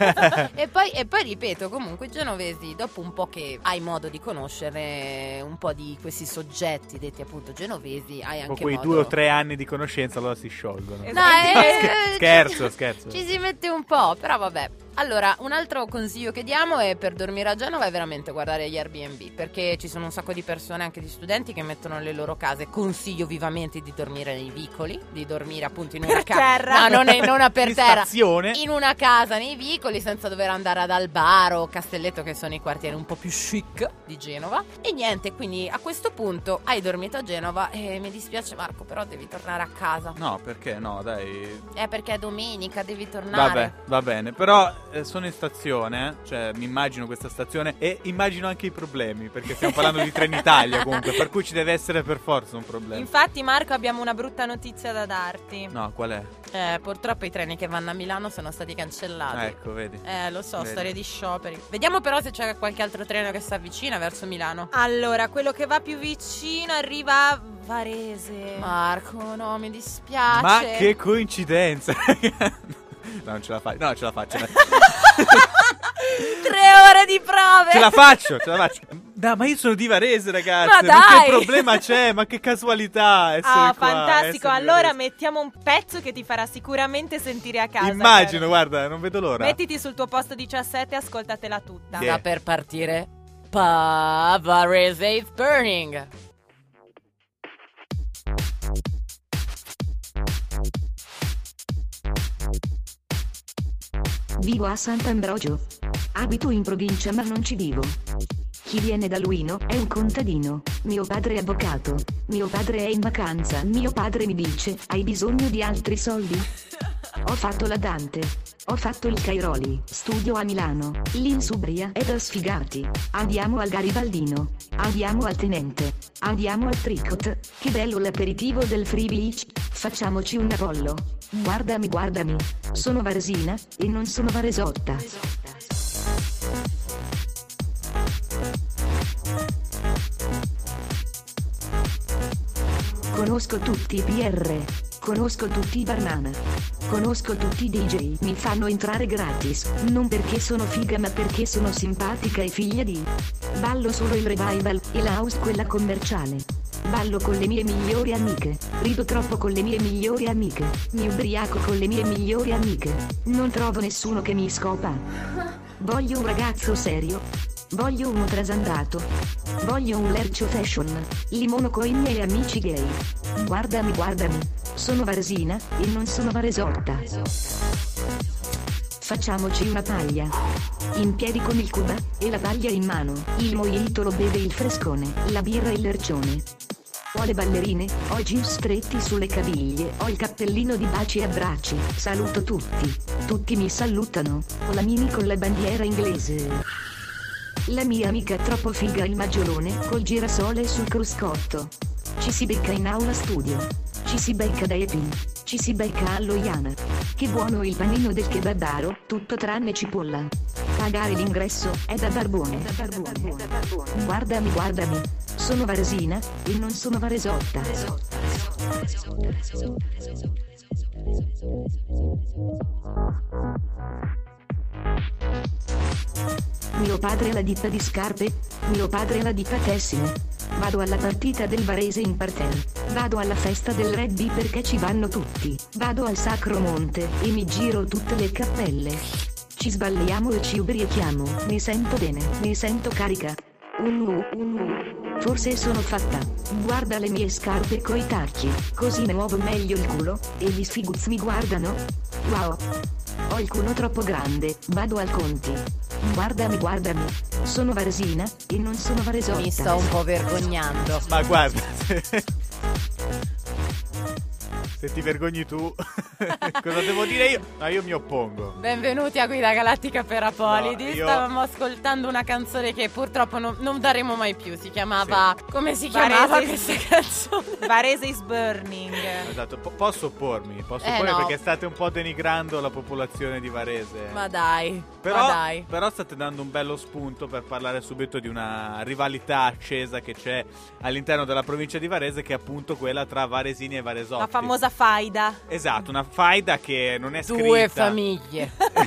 e, poi, e poi ripeto, comunque i genovesi, dopo un po' che hai modo di conoscere un po' di questi soggetti detti appunto genovesi, hai Dopo anche quei modo... due o tre anni di conoscenza allora si sciolgono. Esatto. No, eh, Scherzo, scherzo. Ci si mette un po', però vabbè. Allora, un altro consiglio che diamo è per dormire a Genova è veramente guardare gli Airbnb, perché ci sono un sacco di persone, anche di studenti, che mettono le loro case. Consiglio vivamente di dormire nei vicoli, di dormire appunto in una Per casa. terra. No, non, è, non a per In terra. stazione. In una casa nei vicoli, senza dover andare ad Albaro o Castelletto, che sono i quartieri un po' più chic di Genova. E niente, quindi a questo punto hai dormito a Genova e mi dispiace Marco, però devi tornare a casa. No, perché no, dai. È perché è domenica, devi tornare. Vabbè, va bene. Però eh, sono in stazione, cioè mi immagino questa stazione e immagino anche i problemi, perché stiamo parlando di Trenitalia comunque, per cui ci deve essere per forza un problema. Infatti Marco abbiamo una brutta notizia da darti. No, qual è? Eh, purtroppo i treni che vanno a Milano sono stati cancellati. Ah, ecco, vedi. Eh, lo so, Vedi. storie di scioperi. Vediamo però se c'è qualche altro treno che si avvicina verso Milano. Allora, quello che va più vicino arriva a Varese. Marco, no, mi dispiace. Ma che coincidenza. No, non ce la faccio. No, ce la faccio. dai. Tre ore di prove. Ce la faccio, ce la faccio. No, ma io sono di Varese, ragazzi. Ma Ma dai! che problema c'è? Ma che casualità essere Ah, qua, fantastico. essere di Allora Varese. mettiamo un pezzo che ti farà sicuramente sentire a casa. Immagino, caro. guarda, non vedo l'ora. Mettiti sul tuo posto diciassette e ascoltatela tutta. Yeah. Sta per partire. Pa Varese is burning. Vivo a Sant'Ambrogio. Abito in provincia ma non ci vivo. Chi viene da Luino è un contadino. Mio padre è avvocato. Mio padre è in vacanza. Mio padre mi dice: hai bisogno di altri soldi? Ho fatto la Dante. Ho fatto il Cairoli. Studio a Milano. L'Insubria è da sfigati. Andiamo al Garibaldino. Andiamo al Tenente. Andiamo al Tricot. Che bello l'aperitivo del Free Beach. Facciamoci un Apollo. Guardami, guardami. Sono varesina e non sono varesotta. Conosco tutti i P R. Conosco tutti i Banana. Conosco tutti i D J. Mi fanno entrare gratis. Non perché sono figa ma perché sono simpatica e figlia di. Ballo solo il revival e la house quella commerciale. Ballo con le mie migliori amiche. Rido troppo con le mie migliori amiche. Mi ubriaco con le mie migliori amiche. Non trovo nessuno che mi scopa. Voglio un ragazzo serio. Voglio uno trasandato. Voglio un lercio fashion. Limono coi miei amici gay. Guardami, guardami. Sono varesina e non sono varesotta. Facciamoci una paglia. In piedi con il Cuba e la paglia in mano. Il mojito lo beve il frescone, la birra il lercione. Ho le ballerine, ho i jeans stretti sulle caviglie, ho il cappellino di baci e abbracci. Saluto tutti. Tutti mi salutano. Ho la mini con la bandiera inglese. La mia amica è troppo figa il maggiolone col girasole sul cruscotto. Ci si becca in aula studio. Ci si becca da Epin. Ci si becca a Loiana. Che buono il panino del kebabaro, tutto tranne cipolla. Pagare l'ingresso è da barbone. Da barbone. Guardami, guardami. Sono varesina e non sono varesotta. Mio padre ha la ditta di scarpe. Mio padre ha la ditta tessile. Vado alla partita del Varese in parterre. Vado alla festa del rugby perché ci vanno tutti. Vado al Sacro Monte e mi giro tutte le cappelle. Ci sballiamo e ci ubriachiamo. Mi sento bene, mi sento carica. Uh, uh, uh. Forse sono fatta. Guarda le mie scarpe coi tacchi, così mi muovo meglio il culo e gli sfiguz mi guardano. Wow. Ho il culo troppo grande, vado al Conti. Guardami, guardami. Sono varesina e non sono varesotta. Mi sto un po' vergognando. Ma guarda, se, se ti vergogni tu, cosa devo dire io? No, io mi oppongo. Benvenuti a Guida Galattica per Apolidi. No, io- Stavamo ascoltando una canzone che purtroppo non, non daremo mai più. Si chiamava... Come si chiamava Varese- questa canzone? Varese is burning. Esatto, po- posso oppormi, posso Eh, oppormi no. perché state un po' denigrando la popolazione di Varese. Ma dai, Però, ma dai. però state dando un bello spunto per parlare subito di una rivalità accesa che c'è all'interno della provincia di Varese, che è appunto quella tra varesini e varesotti. La famosa faida. Esatto, una faida che non è scritta. Due famiglie.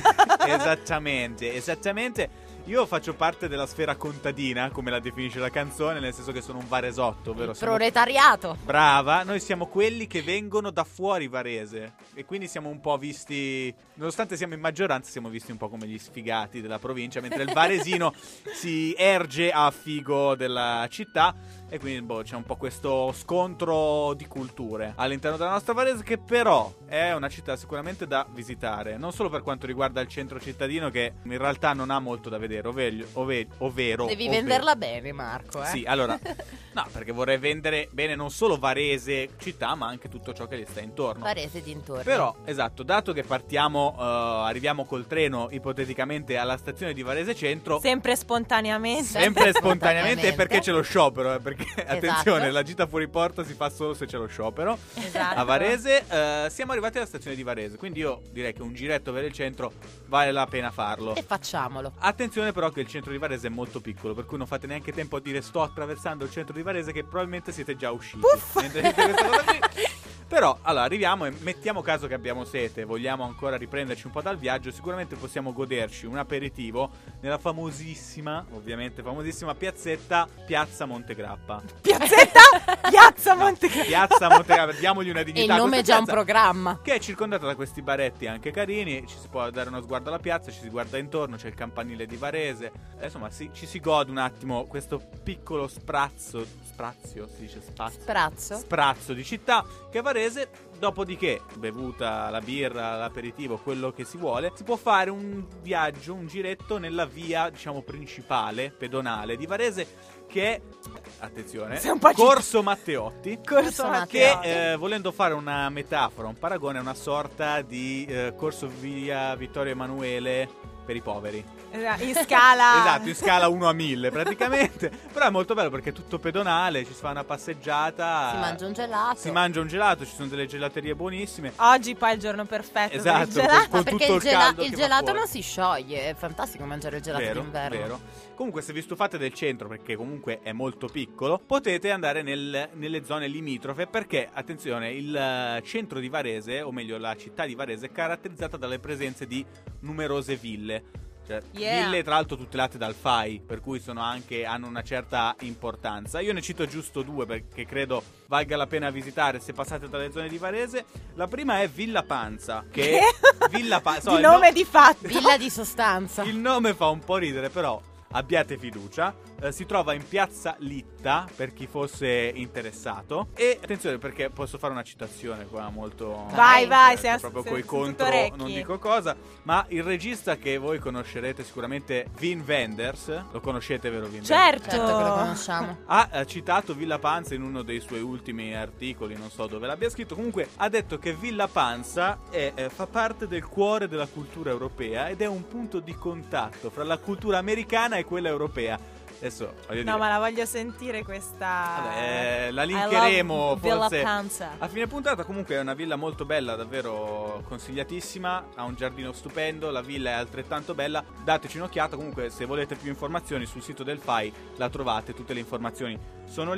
Esattamente, esattamente. Io faccio parte della sfera contadina, come la definisce la canzone, nel senso che sono un varesotto, ovvero siamo... Proletariato. Brava, noi siamo quelli che vengono da fuori Varese e quindi siamo un po' visti, nonostante siamo in maggioranza, siamo visti un po' come gli sfigati della provincia, mentre il varesino si erge a figo della città e quindi boh, c'è un po' questo scontro di culture all'interno della nostra Varese, che però è una città sicuramente da visitare, non solo per quanto riguarda il centro cittadino, che in realtà non ha molto da vedere, ovvero, ove- ovvero Devi ovvero- venderla bene, Marco, eh? Sì, allora, no, perché vorrei vendere bene non solo Varese città, ma anche tutto ciò che gli sta intorno. Varese dintorni. Però, esatto, dato che partiamo, eh, arriviamo col treno ipoteticamente alla stazione di Varese Centro, Sempre spontaneamente. sempre spontaneamente, perché c'è lo sciopero, eh, perché attenzione, la gita fuori porta si fa solo se c'è lo sciopero. Esatto. A Varese, eh, siamo arrivati alla stazione di Varese, quindi io direi che un giretto per il centro vale la pena farlo. E facciamolo. Attenzione però che il centro di Varese è molto piccolo, per cui non fate neanche tempo a dire sto attraversando il centro di Varese, che probabilmente siete già usciti. Mentre dite questa cosa qui. Però, allora, arriviamo e mettiamo caso che abbiamo sete, vogliamo ancora riprenderci un po' dal viaggio, sicuramente possiamo goderci un aperitivo nella famosissima, ovviamente famosissima piazzetta Piazza Montegrappa. Piazzetta Piazza Montegrappa. Piazza Montegrappa, diamogli una E dignità. il nome è questa già un piazza, programma. che è circondata da questi baretti anche carini, ci si può dare uno sguardo alla piazza, ci si guarda intorno, c'è il campanile di Varese, eh, insomma si- ci si gode un attimo questo piccolo sprazzo, sprazio si dice spazio? Sprazzo. Sprazzo di città che è Varese. Dopodiché, bevuta la birra, l'aperitivo, quello che si vuole, si può fare un viaggio, un giretto nella via, diciamo, principale, pedonale di Varese, che è, attenzione, Sei un po' Corso Matteotti. Corso Che, Matteotti. Che, eh, volendo fare una metafora, un paragone, è una sorta di eh, corso via Vittorio Emanuele per i poveri. In scala. Esatto, in scala uno a mille praticamente. Però è molto bello perché è tutto pedonale, ci si fa una passeggiata, Si mangia un gelato. si mangia un gelato, ci sono delle gelaterie buonissime. Oggi poi è il giorno perfetto Esatto, per il gelato. con Ma perché tutto il, il gela- caldo il che va gelato fuori. non si scioglie. È fantastico mangiare il gelato Vero, d'inverno. vero. Comunque, se vi stufate del centro, perché comunque è molto piccolo, potete andare nel- nelle zone limitrofe, perché, attenzione, il eh, centro di Varese, o meglio la città di Varese, è caratterizzata dalle presenze di numerose ville. Cioè, Yeah. ville tra l'altro tutelate dal F A I, per cui sono anche, hanno una certa importanza. Io ne cito giusto due perché credo valga la pena visitare se passate dalle zone di Varese. La prima è Villa Panza, che è Villa Panza. Di nome di fatto. Villa di sostanza. Il nome fa un po' ridere, però abbiate fiducia. Eh, si trova in piazza Litta, per chi fosse interessato. E attenzione, perché posso fare una citazione qua molto... Vai, Dai, vai, eh, sei proprio sei coi tutto contro, orecchi. non dico cosa. Ma il regista che voi conoscerete sicuramente, Wim Wenders, lo conoscete, vero Wim Wenders? Certo. Certo che lo conosciamo. Ha eh, citato Villa Panza in uno dei suoi ultimi articoli, non so dove l'abbia scritto. Comunque ha detto che Villa Panza è, eh, fa parte del cuore della cultura europea ed è un punto di contatto fra la cultura americana e quella europea. Adesso voglio dire, No, ma la voglio sentire questa. vabbè, la I linkeremo love Villa forse Panza. a fine puntata. Comunque è una villa molto bella, davvero consigliatissima, ha un giardino stupendo, la villa è altrettanto bella, dateci un'occhiata. Comunque se volete più informazioni sul sito del F A I la trovate, tutte le informazioni sono lì.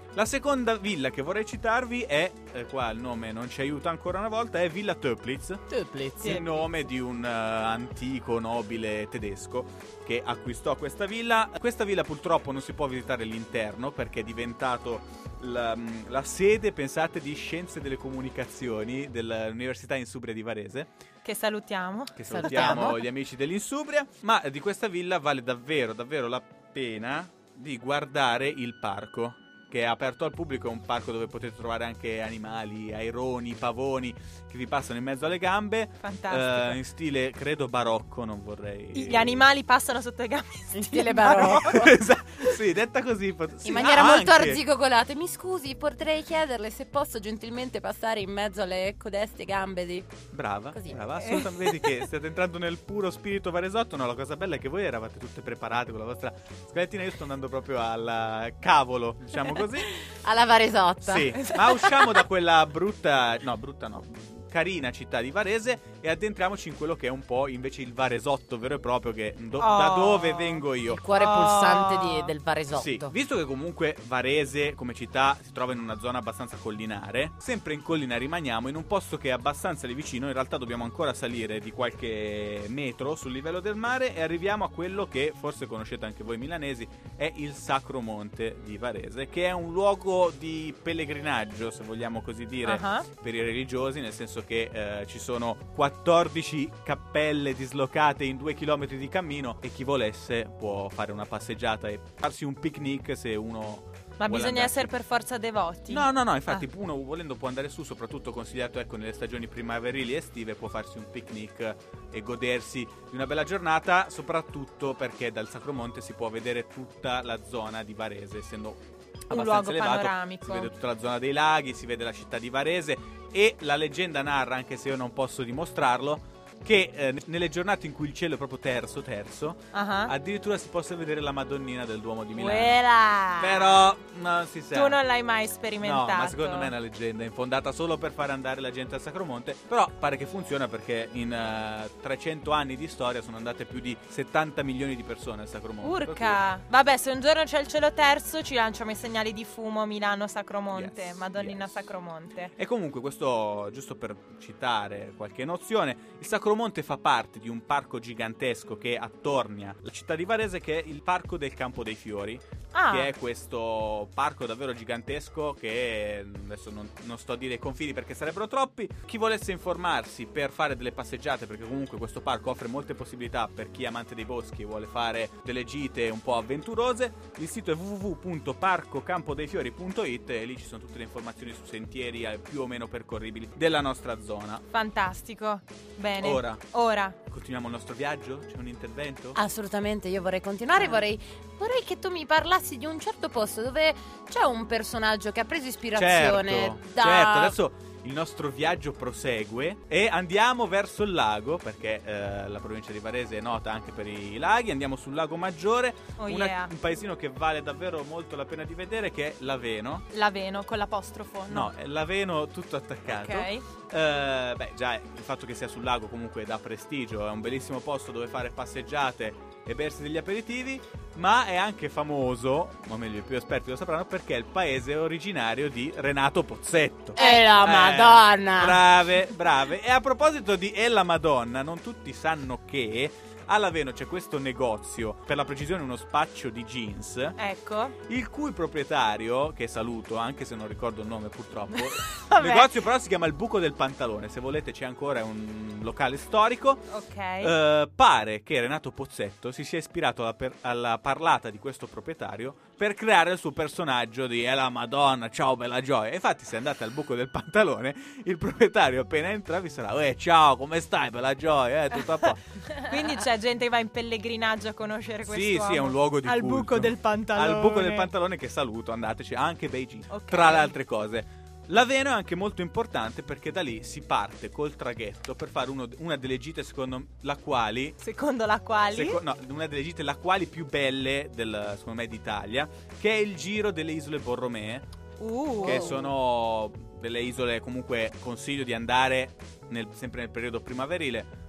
La seconda villa che vorrei citarvi è, eh, qua il nome non ci aiuta ancora una volta, è Villa Töplitz. Töplitz. Il nome di un uh, antico nobile tedesco che acquistò questa villa. Questa villa purtroppo non si può visitare l'interno perché è diventato la, la sede, pensate, di scienze delle comunicazioni dell'Università Insubria di Varese. Che salutiamo. Che salutiamo, Salutiamo. gli amici dell'Insubria. Ma di questa villa vale davvero, davvero la pena di guardare il parco, che è aperto al pubblico. È un parco dove potete trovare anche animali, aironi, pavoni che vi passano in mezzo alle gambe. Fantastico. eh, in stile credo barocco, non vorrei. Gli animali passano sotto le gambe In stile barocco. Esatto, sì, detta così pot- sì, In maniera ah, molto anche. arzigogolata. Mi scusi, potrei chiederle se posso gentilmente passare in mezzo alle codeste gambe di... Brava, Così. brava, assolutamente. Vedi che state entrando nel puro spirito varesotto. No, la cosa bella è che voi eravate tutte preparate con la vostra scalettina. Io sto andando proprio al cavolo, diciamo così. alla Varesotta. Sì, ma usciamo da quella brutta, no, brutta no, carina città di Varese e addentriamoci in quello che è un po' invece il Varesotto vero e proprio, che do- Oh. da dove vengo io. Il cuore Oh. pulsante di- del Varesotto. Sì, visto che comunque Varese come città si trova in una zona abbastanza collinare, sempre in collina rimaniamo in un posto che è abbastanza lì vicino. In realtà dobbiamo ancora salire di qualche metro sul livello del mare e arriviamo a quello che forse conoscete anche voi milanesi, è il Sacro Monte di Varese, che è un luogo di pellegrinaggio, se vogliamo così dire, Ah. per i religiosi, nel senso che eh, ci sono quattordici cappelle dislocate in due chilometri di cammino e chi volesse può fare una passeggiata e farsi un picnic se uno Ma vuole bisogna andarci. essere per forza devoti. No, no, no, infatti Ah. uno volendo può andare su, soprattutto consigliato ecco nelle stagioni primaverili e estive, può farsi un picnic e godersi di una bella giornata, soprattutto perché dal Sacromonte si può vedere tutta la zona di Varese, essendo Un abbastanza luogo elevato. panoramico. Si vede tutta la zona dei laghi, si vede la città di Varese e la leggenda narra, anche se io non posso dimostrarlo, che eh, nelle giornate in cui il cielo è proprio terso, terso, Ah. addirittura si possa vedere la Madonnina del Duomo di Milano. Quella. Però non si sa. Tu non l'hai mai sperimentato. No, ma secondo me è una leggenda infondata solo per fare andare la gente al Sacromonte. Però pare che funziona perché in uh, trecento anni di storia sono andate più di settanta milioni di persone al Sacromonte. Per Urca. Vabbè, se un giorno c'è il cielo terzo ci lanciamo i segnali di fumo Milano Sacromonte, Yes, Madonnina yes. Sacromonte. E comunque questo, giusto per citare qualche nozione, il Sacromonte fa parte di un parco gigantesco che attornia la città di Varese, che è il Parco del Campo dei Fiori, Ah. che è questo parco davvero gigantesco che adesso non, non sto a dire i confini perché sarebbero troppi. Chi volesse informarsi per fare delle passeggiate, perché comunque questo parco offre molte possibilità per chi è amante dei boschi e vuole fare delle gite un po' avventurose, il sito è w w w punto parco campo dei fiori punto i t e lì ci sono tutte le informazioni su sentieri eh, più o meno percorribili della nostra zona. Fantastico. Bene. Ora. Ora. Continuiamo il nostro viaggio? C'è un intervento? Assolutamente, io vorrei continuare, vorrei, vorrei che tu mi parlassi di un certo posto dove c'è un personaggio che ha preso ispirazione Certo, da... certo, adesso il nostro viaggio prosegue e andiamo verso il lago, perché eh, la provincia di Varese è nota anche per i laghi. Andiamo sul Lago Maggiore, Oh, una- yeah. un paesino che vale davvero molto la pena di vedere, che è Laveno. Laveno con l'apostrofo. No, è Laveno tutto attaccato. Ok. Eh, beh, già il fatto che sia sul lago comunque dà prestigio, è un bellissimo posto dove fare passeggiate e bersi degli aperitivi, ma è anche famoso, o meglio i più esperti lo sapranno, perché è il paese originario di Renato Pozzetto. È la Eh, Madonna! Brave, brave. E a proposito di E la Madonna, non tutti sanno che a Laveno c'è questo negozio, per la precisione uno spaccio di jeans, Ecco. il cui proprietario, che saluto anche se non ricordo il nome purtroppo, il Vabbè. negozio però si chiama Il Buco del Pantalone, se volete c'è ancora, è un locale storico. Ok. Eh, pare che Renato Pozzetto si sia ispirato alla, per- alla parlata di questo proprietario per creare il suo personaggio di "È la Madonna, ciao bella gioia". Infatti se andate al Buco del Pantalone, il proprietario appena entra vi sarà "Eh ciao, come stai bella gioia, eh, tutto a posto". Quindi c'è gente che va in pellegrinaggio a conoscere questo Sì, sì, è un luogo di Al culto. buco del pantalone. Al Buco del Pantalone, che saluto, andateci, anche bei jeans. Ok. Tra le altre cose, Laveno è anche molto importante perché da lì si parte col traghetto per fare uno- una delle gite secondo la quali Secondo la quali? seco- no, una delle gite la quali più belle del, secondo me, d'Italia, che è il Giro delle Isole Borromee, Uh. che sono delle isole comunque consiglio di andare nel- sempre nel periodo primaverile.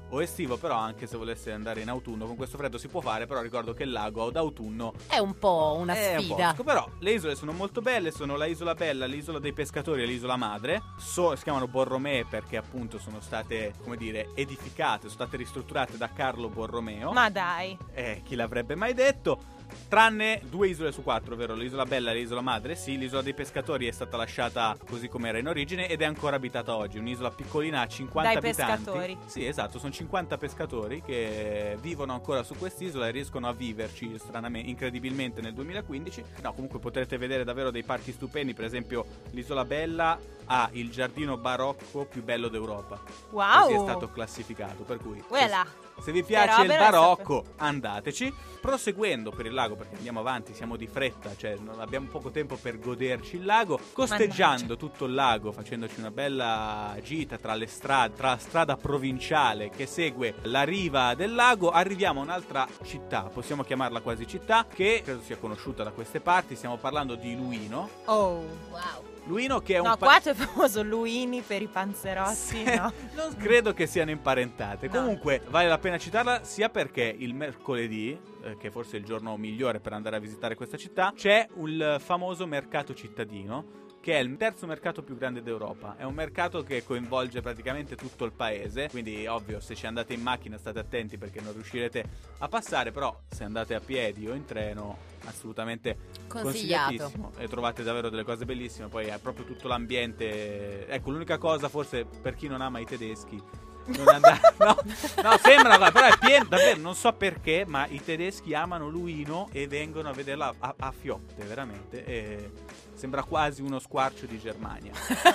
o estivo, però anche se volesse andare in autunno con questo freddo si può fare, però ricordo che il lago d'autunno È un po' una è un po' sfida. osco, però le isole sono molto belle, sono la Isola Bella, l'isola dei pescatori e l'isola madre. So- si chiamano Borromee perché appunto sono state, come dire, edificate, sono state ristrutturate da Carlo Borromeo. Ma dai. Eh, chi l'avrebbe mai detto? Tranne due isole su quattro, ovvero l'isola Bella e l'isola Madre. Sì, l'isola dei pescatori è stata lasciata così come era in origine ed è ancora abitata oggi. Un'isola piccolina a cinquanta Dai abitanti. pescatori. Sì, esatto, sono cinquanta pescatori che vivono ancora su quest'isola e riescono a viverci stranamente, incredibilmente nel duemilaquindici. No, comunque potrete vedere davvero dei parchi stupendi. Per esempio l'isola Bella ha il giardino barocco più bello d'Europa. Wow. Così è stato classificato, per cui Quella. se vi piace Però il però barocco, andateci. Proseguendo per il lago, perché andiamo avanti, siamo di fretta, cioè non abbiamo poco tempo per goderci il lago. Costeggiando tutto il lago, facendoci una bella gita tra le strade, tra la strada provinciale che segue la riva del lago, arriviamo a un'altra città, possiamo chiamarla quasi città, che credo sia conosciuta da queste parti. Stiamo parlando di Luino. Oh. Wow. Luino che è No, un qua c'è famoso Luini per i panzerotti, Sì, no? non credo che siano imparentate. No. Comunque vale la pena citarla sia perché il mercoledì, eh, che forse è il giorno migliore per andare a visitare questa città, c'è il famoso mercato cittadino, che è il terzo mercato più grande d'Europa. È un mercato che coinvolge praticamente tutto il paese, quindi ovvio, se ci andate in macchina state attenti perché non riuscirete a passare, però se andate a piedi o in treno assolutamente Consigliato. consigliatissimo e trovate davvero delle cose bellissime. Poi è proprio tutto l'ambiente. Ecco, l'unica cosa forse per chi non ama i tedeschi, non andare, no, no, sembra, guarda, però è pieno, davvero, non so perché, ma i tedeschi amano Luino e vengono a vederla a, a fiotte, veramente, e sembra quasi uno squarcio di Germania.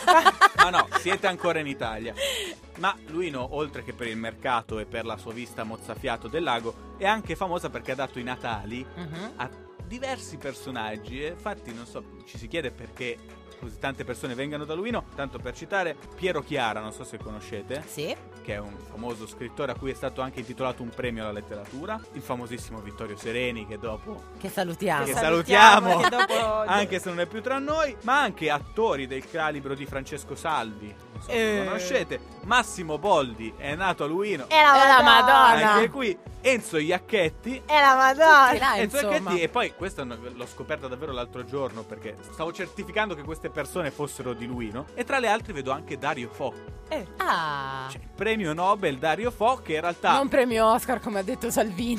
Ma no, siete ancora in Italia. Ma Luino, oltre che per il mercato e per la sua vista mozzafiato del lago, è anche famosa perché ha dato i natali Mhm. a diversi personaggi. E infatti non so, ci si chiede perché così tante persone vengano da Luino. Tanto per citare Piero Chiara, non so se conoscete, Sì. che è un famoso scrittore a cui è stato anche intitolato un premio alla letteratura. Il famosissimo Vittorio Sereni, che dopo Che salutiamo. che salutiamo, salutiamo, che dopo- anche se non è più tra noi, ma anche attori del calibro di Francesco Salvi, non so se Eh. lo conoscete. Massimo Boldi è nato a Luino, È la È la Madonna. anche qui Enzo Iacchetti. È la Tutti Madonna. là, Enzo insomma. Iacchetti, e poi questo no- l'ho scoperta davvero l'altro giorno perché stavo certificando che queste persone fossero di Luino, e tra le altre vedo anche Dario Fo, Eh. Ah. cioè il premio Nobel Dario Fo, che in realtà Non premio Oscar come ha detto Salvini.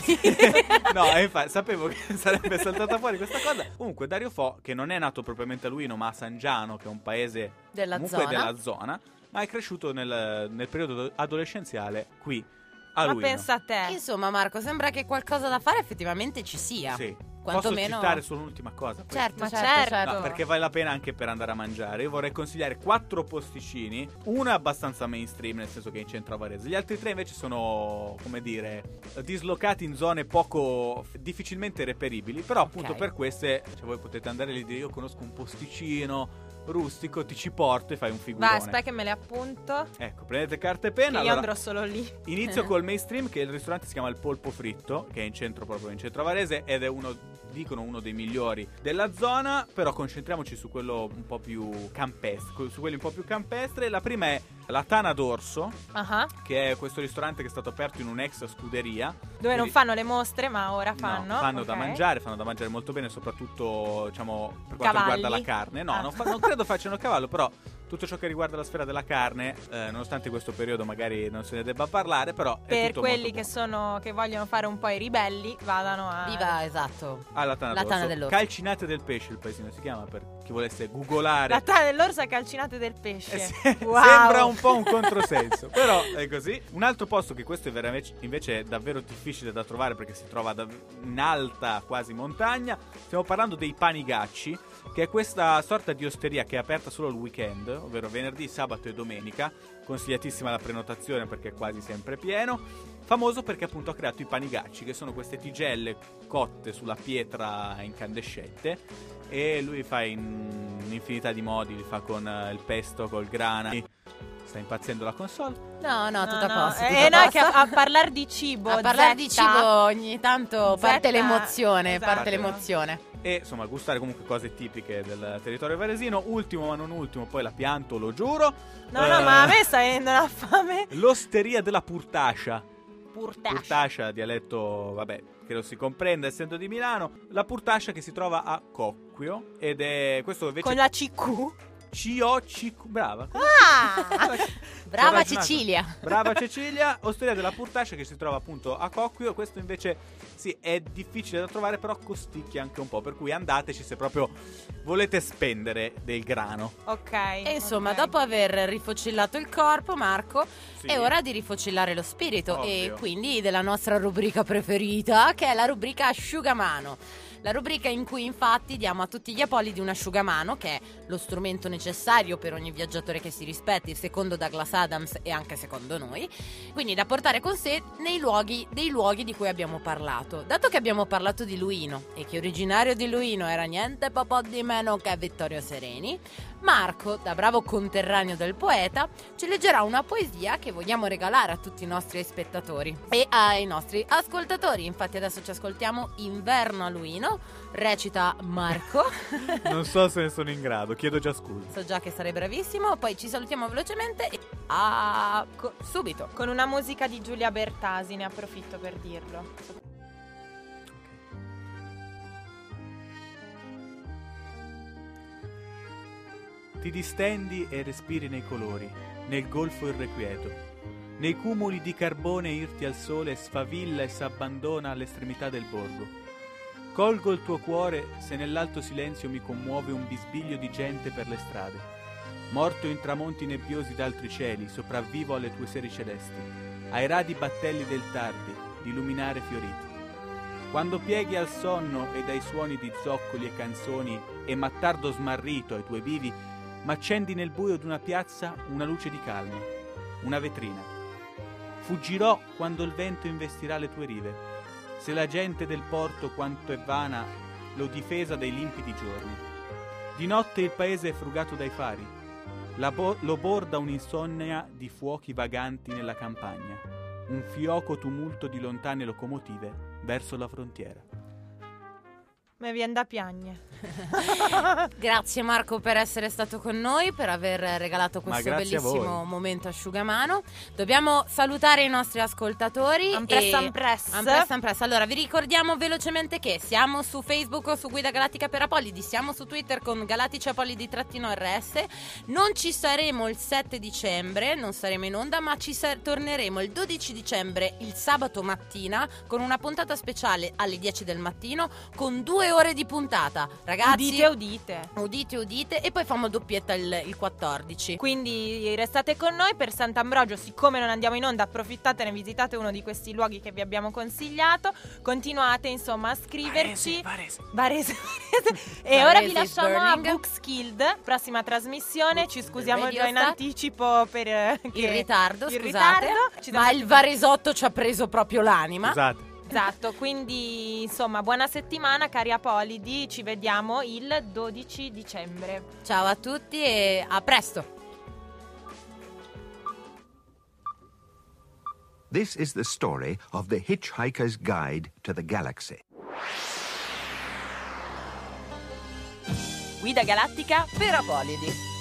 no, e infatti sapevo che sarebbe saltata fuori questa cosa. Comunque Dario Fo, che non è nato propriamente a Luino ma a San Giano, che è un paese Della comunque zona. della zona, ma è cresciuto nel, nel periodo adolescenziale qui a Ma Luino. pensa a te. Insomma, Marco, sembra che qualcosa da fare effettivamente ci sia. Sì. Quantomeno. Posso citare solo un'ultima cosa? Poi- Certo, Ma certo, certo. certo. No, perché vale la pena anche per andare a mangiare. Io vorrei consigliare quattro posticini. Uno è abbastanza mainstream, nel senso che è in centro a Varese. Gli altri tre invece sono, come dire, dislocati in zone poco difficilmente reperibili. Però appunto Ok. per queste, cioè, voi potete andare lì e dire: io conosco un posticino rustico, ti ci porto e fai un figurone. Vai, aspetta che me le appunto. Ecco, prendete carta e Che penna. io allora- andrò solo lì. Inizio col mainstream, che il ristorante si chiama Il Polpo Fritto, che è in centro, proprio in centro a Varese, ed è uno, dicono, uno dei migliori della zona. Però concentriamoci su quello un po' più campestre, su quelli un po' più campestre. La prima è la Tana d'Orso, Ah, che è questo ristorante che è stato aperto in un'ex scuderia. dove non Quindi- fanno le mostre, ma ora fanno. No, fanno da Ok. mangiare, fanno da mangiare molto bene, soprattutto diciamo per quanto Cavalli? riguarda la carne. No, Ah. non, fa- non credo facciano cavallo, però tutto ciò che riguarda la sfera della carne, eh, nonostante questo periodo magari non se ne debba parlare, però è Per tutto quelli molto che buono. sono che vogliono fare un po' i ribelli, vadano a Viva, esatto. Ah, la Tana La d'Orso. Tana dell'Orso. Calcinate del pesce il paesino si chiama, per chi volesse googolare. la tana dell'orso a calcinate del pesce. Eh sì, Wow. sembra un po' un controsenso, però è così. Un altro posto che questo è veramente, invece è davvero difficile da trovare perché si trova dav- in alta quasi montagna. Stiamo parlando dei Panigacci, che è questa sorta di osteria che è aperta solo il weekend, ovvero venerdì, sabato e domenica. Consigliatissima la prenotazione perché è quasi sempre pieno. Famoso perché appunto ha creato i Panigacci, che sono queste tigelle cotte sulla pietra incandescente, e lui fa in un'infinità di modi, li fa con eh, il pesto, col grana. Sta impazzendo la console? No, no, tutto No, a no. posto. Eh, tutto a no, è posto. che a, a parlare di cibo, A parlare di Zetta, cibo ogni tanto parte Zetta- l'emozione, esatto. parte l'emozione. e insomma gustare comunque cose tipiche del territorio varesino. Ultimo ma non ultimo, poi la pianto, lo giuro. No, eh, no, ma a me sta venendo la fame. L'osteria della Purtascia. Purtascia. Purtascia, dialetto, vabbè, che non si comprende essendo di Milano. La Purtascia che si trova a Cocquio ed è questo invece Con la C Q. C O C Q, brava. Ah! Brava Ci ho ragionato. Cecilia. Brava Cecilia, osteria della Purtascia che si trova appunto a Cocquio. Questo invece sì, è difficile da trovare, però costicchia anche un po', per cui andateci se proprio volete spendere del grano. Ok. E insomma, ok. dopo aver rifocillato il corpo, Marco, Sì. è ora di rifocillare lo spirito e Ovvio. quindi della nostra rubrica preferita, che è la rubrica asciugamano. La rubrica in cui infatti diamo a tutti gli apolidi un asciugamano, che è lo strumento necessario per ogni viaggiatore che si rispetti, secondo Douglas Adams e anche secondo noi, quindi da portare con sé nei luoghi dei luoghi di cui abbiamo parlato. Dato che abbiamo parlato di Luino e che originario di Luino era niente po' po' di meno che Vittorio Sereni, Marco, da bravo conterraneo del poeta, ci leggerà una poesia che vogliamo regalare a tutti i nostri spettatori e ai nostri ascoltatori. Infatti adesso ci ascoltiamo Inverno a Luino, recita Marco. Non so se ne sono in grado, chiedo già scusa. So già che sarei bravissimo, poi ci salutiamo velocemente e a co- subito. Con una musica di Giulia Bertasi, ne approfitto per dirlo. Ti distendi e respiri nei colori, nel golfo irrequieto. Nei cumuli di carbone irti al sole sfavilla e s'abbandona all'estremità del borgo. Colgo il tuo cuore se nell'alto silenzio mi commuove un bisbiglio di gente per le strade. Morto in tramonti nebbiosi d'altri cieli, sopravvivo alle tue sere celesti, ai radi battelli del tardi, di luminare fioriti. Quando pieghi al sonno ed ai suoni di zoccoli e canzoni e mattardo smarrito ai tuoi vivi, m'accendi nel buio d'una piazza una luce di calma, una vetrina. Fuggirò quando il vento investirà le tue rive, se la gente del porto quanto è vana lo difesa dei limpidi giorni. Di notte il paese è frugato dai fari, la bo- lo borda un'insonnia di fuochi vaganti nella campagna, un fioco tumulto di lontane locomotive verso la frontiera. Mi viene da piagne. Grazie Marco per essere stato con noi, per aver regalato Ma questo grazie a bellissimo voi. momento asciugamano. Dobbiamo salutare i nostri ascoltatori. Ampress, e- ampress. Ampress, ampress. Allora, vi ricordiamo velocemente che siamo su Facebook o su Guida Galattica per Apolidi, siamo su Twitter con Galatici Apolidi trattino R S. Non ci saremo il sette dicembre, non saremo in onda, ma ci sa- torneremo il dodici dicembre, il sabato mattina, con una puntata speciale alle dieci del mattino, con due ore di puntata. Ragazzi, Udite, udite. udite, udite, e poi famo doppietta il, il quattordici. Quindi restate con noi per Sant'Ambrogio. Siccome non andiamo in onda, approfittatene, visitate uno di questi luoghi che vi abbiamo consigliato. Continuate insomma a scriverci. Varese. Varese, Varese. E Varese ora vi is lasciamo a burning. Bookskilled. Prossima trasmissione. Ci scusiamo Radio già in Star. anticipo per eh, Il che- ritardo, il scusate, ritardo. Ci ma siamo- il Varesotto ci ha preso proprio l'anima. Scusate. Esatto, quindi insomma buona settimana cari Apolidi, ci vediamo il dodici dicembre. Ciao a tutti e a presto. This is the story of The Hitchhiker's Guide to the Galaxy. Guida Galattica Per Apolidi.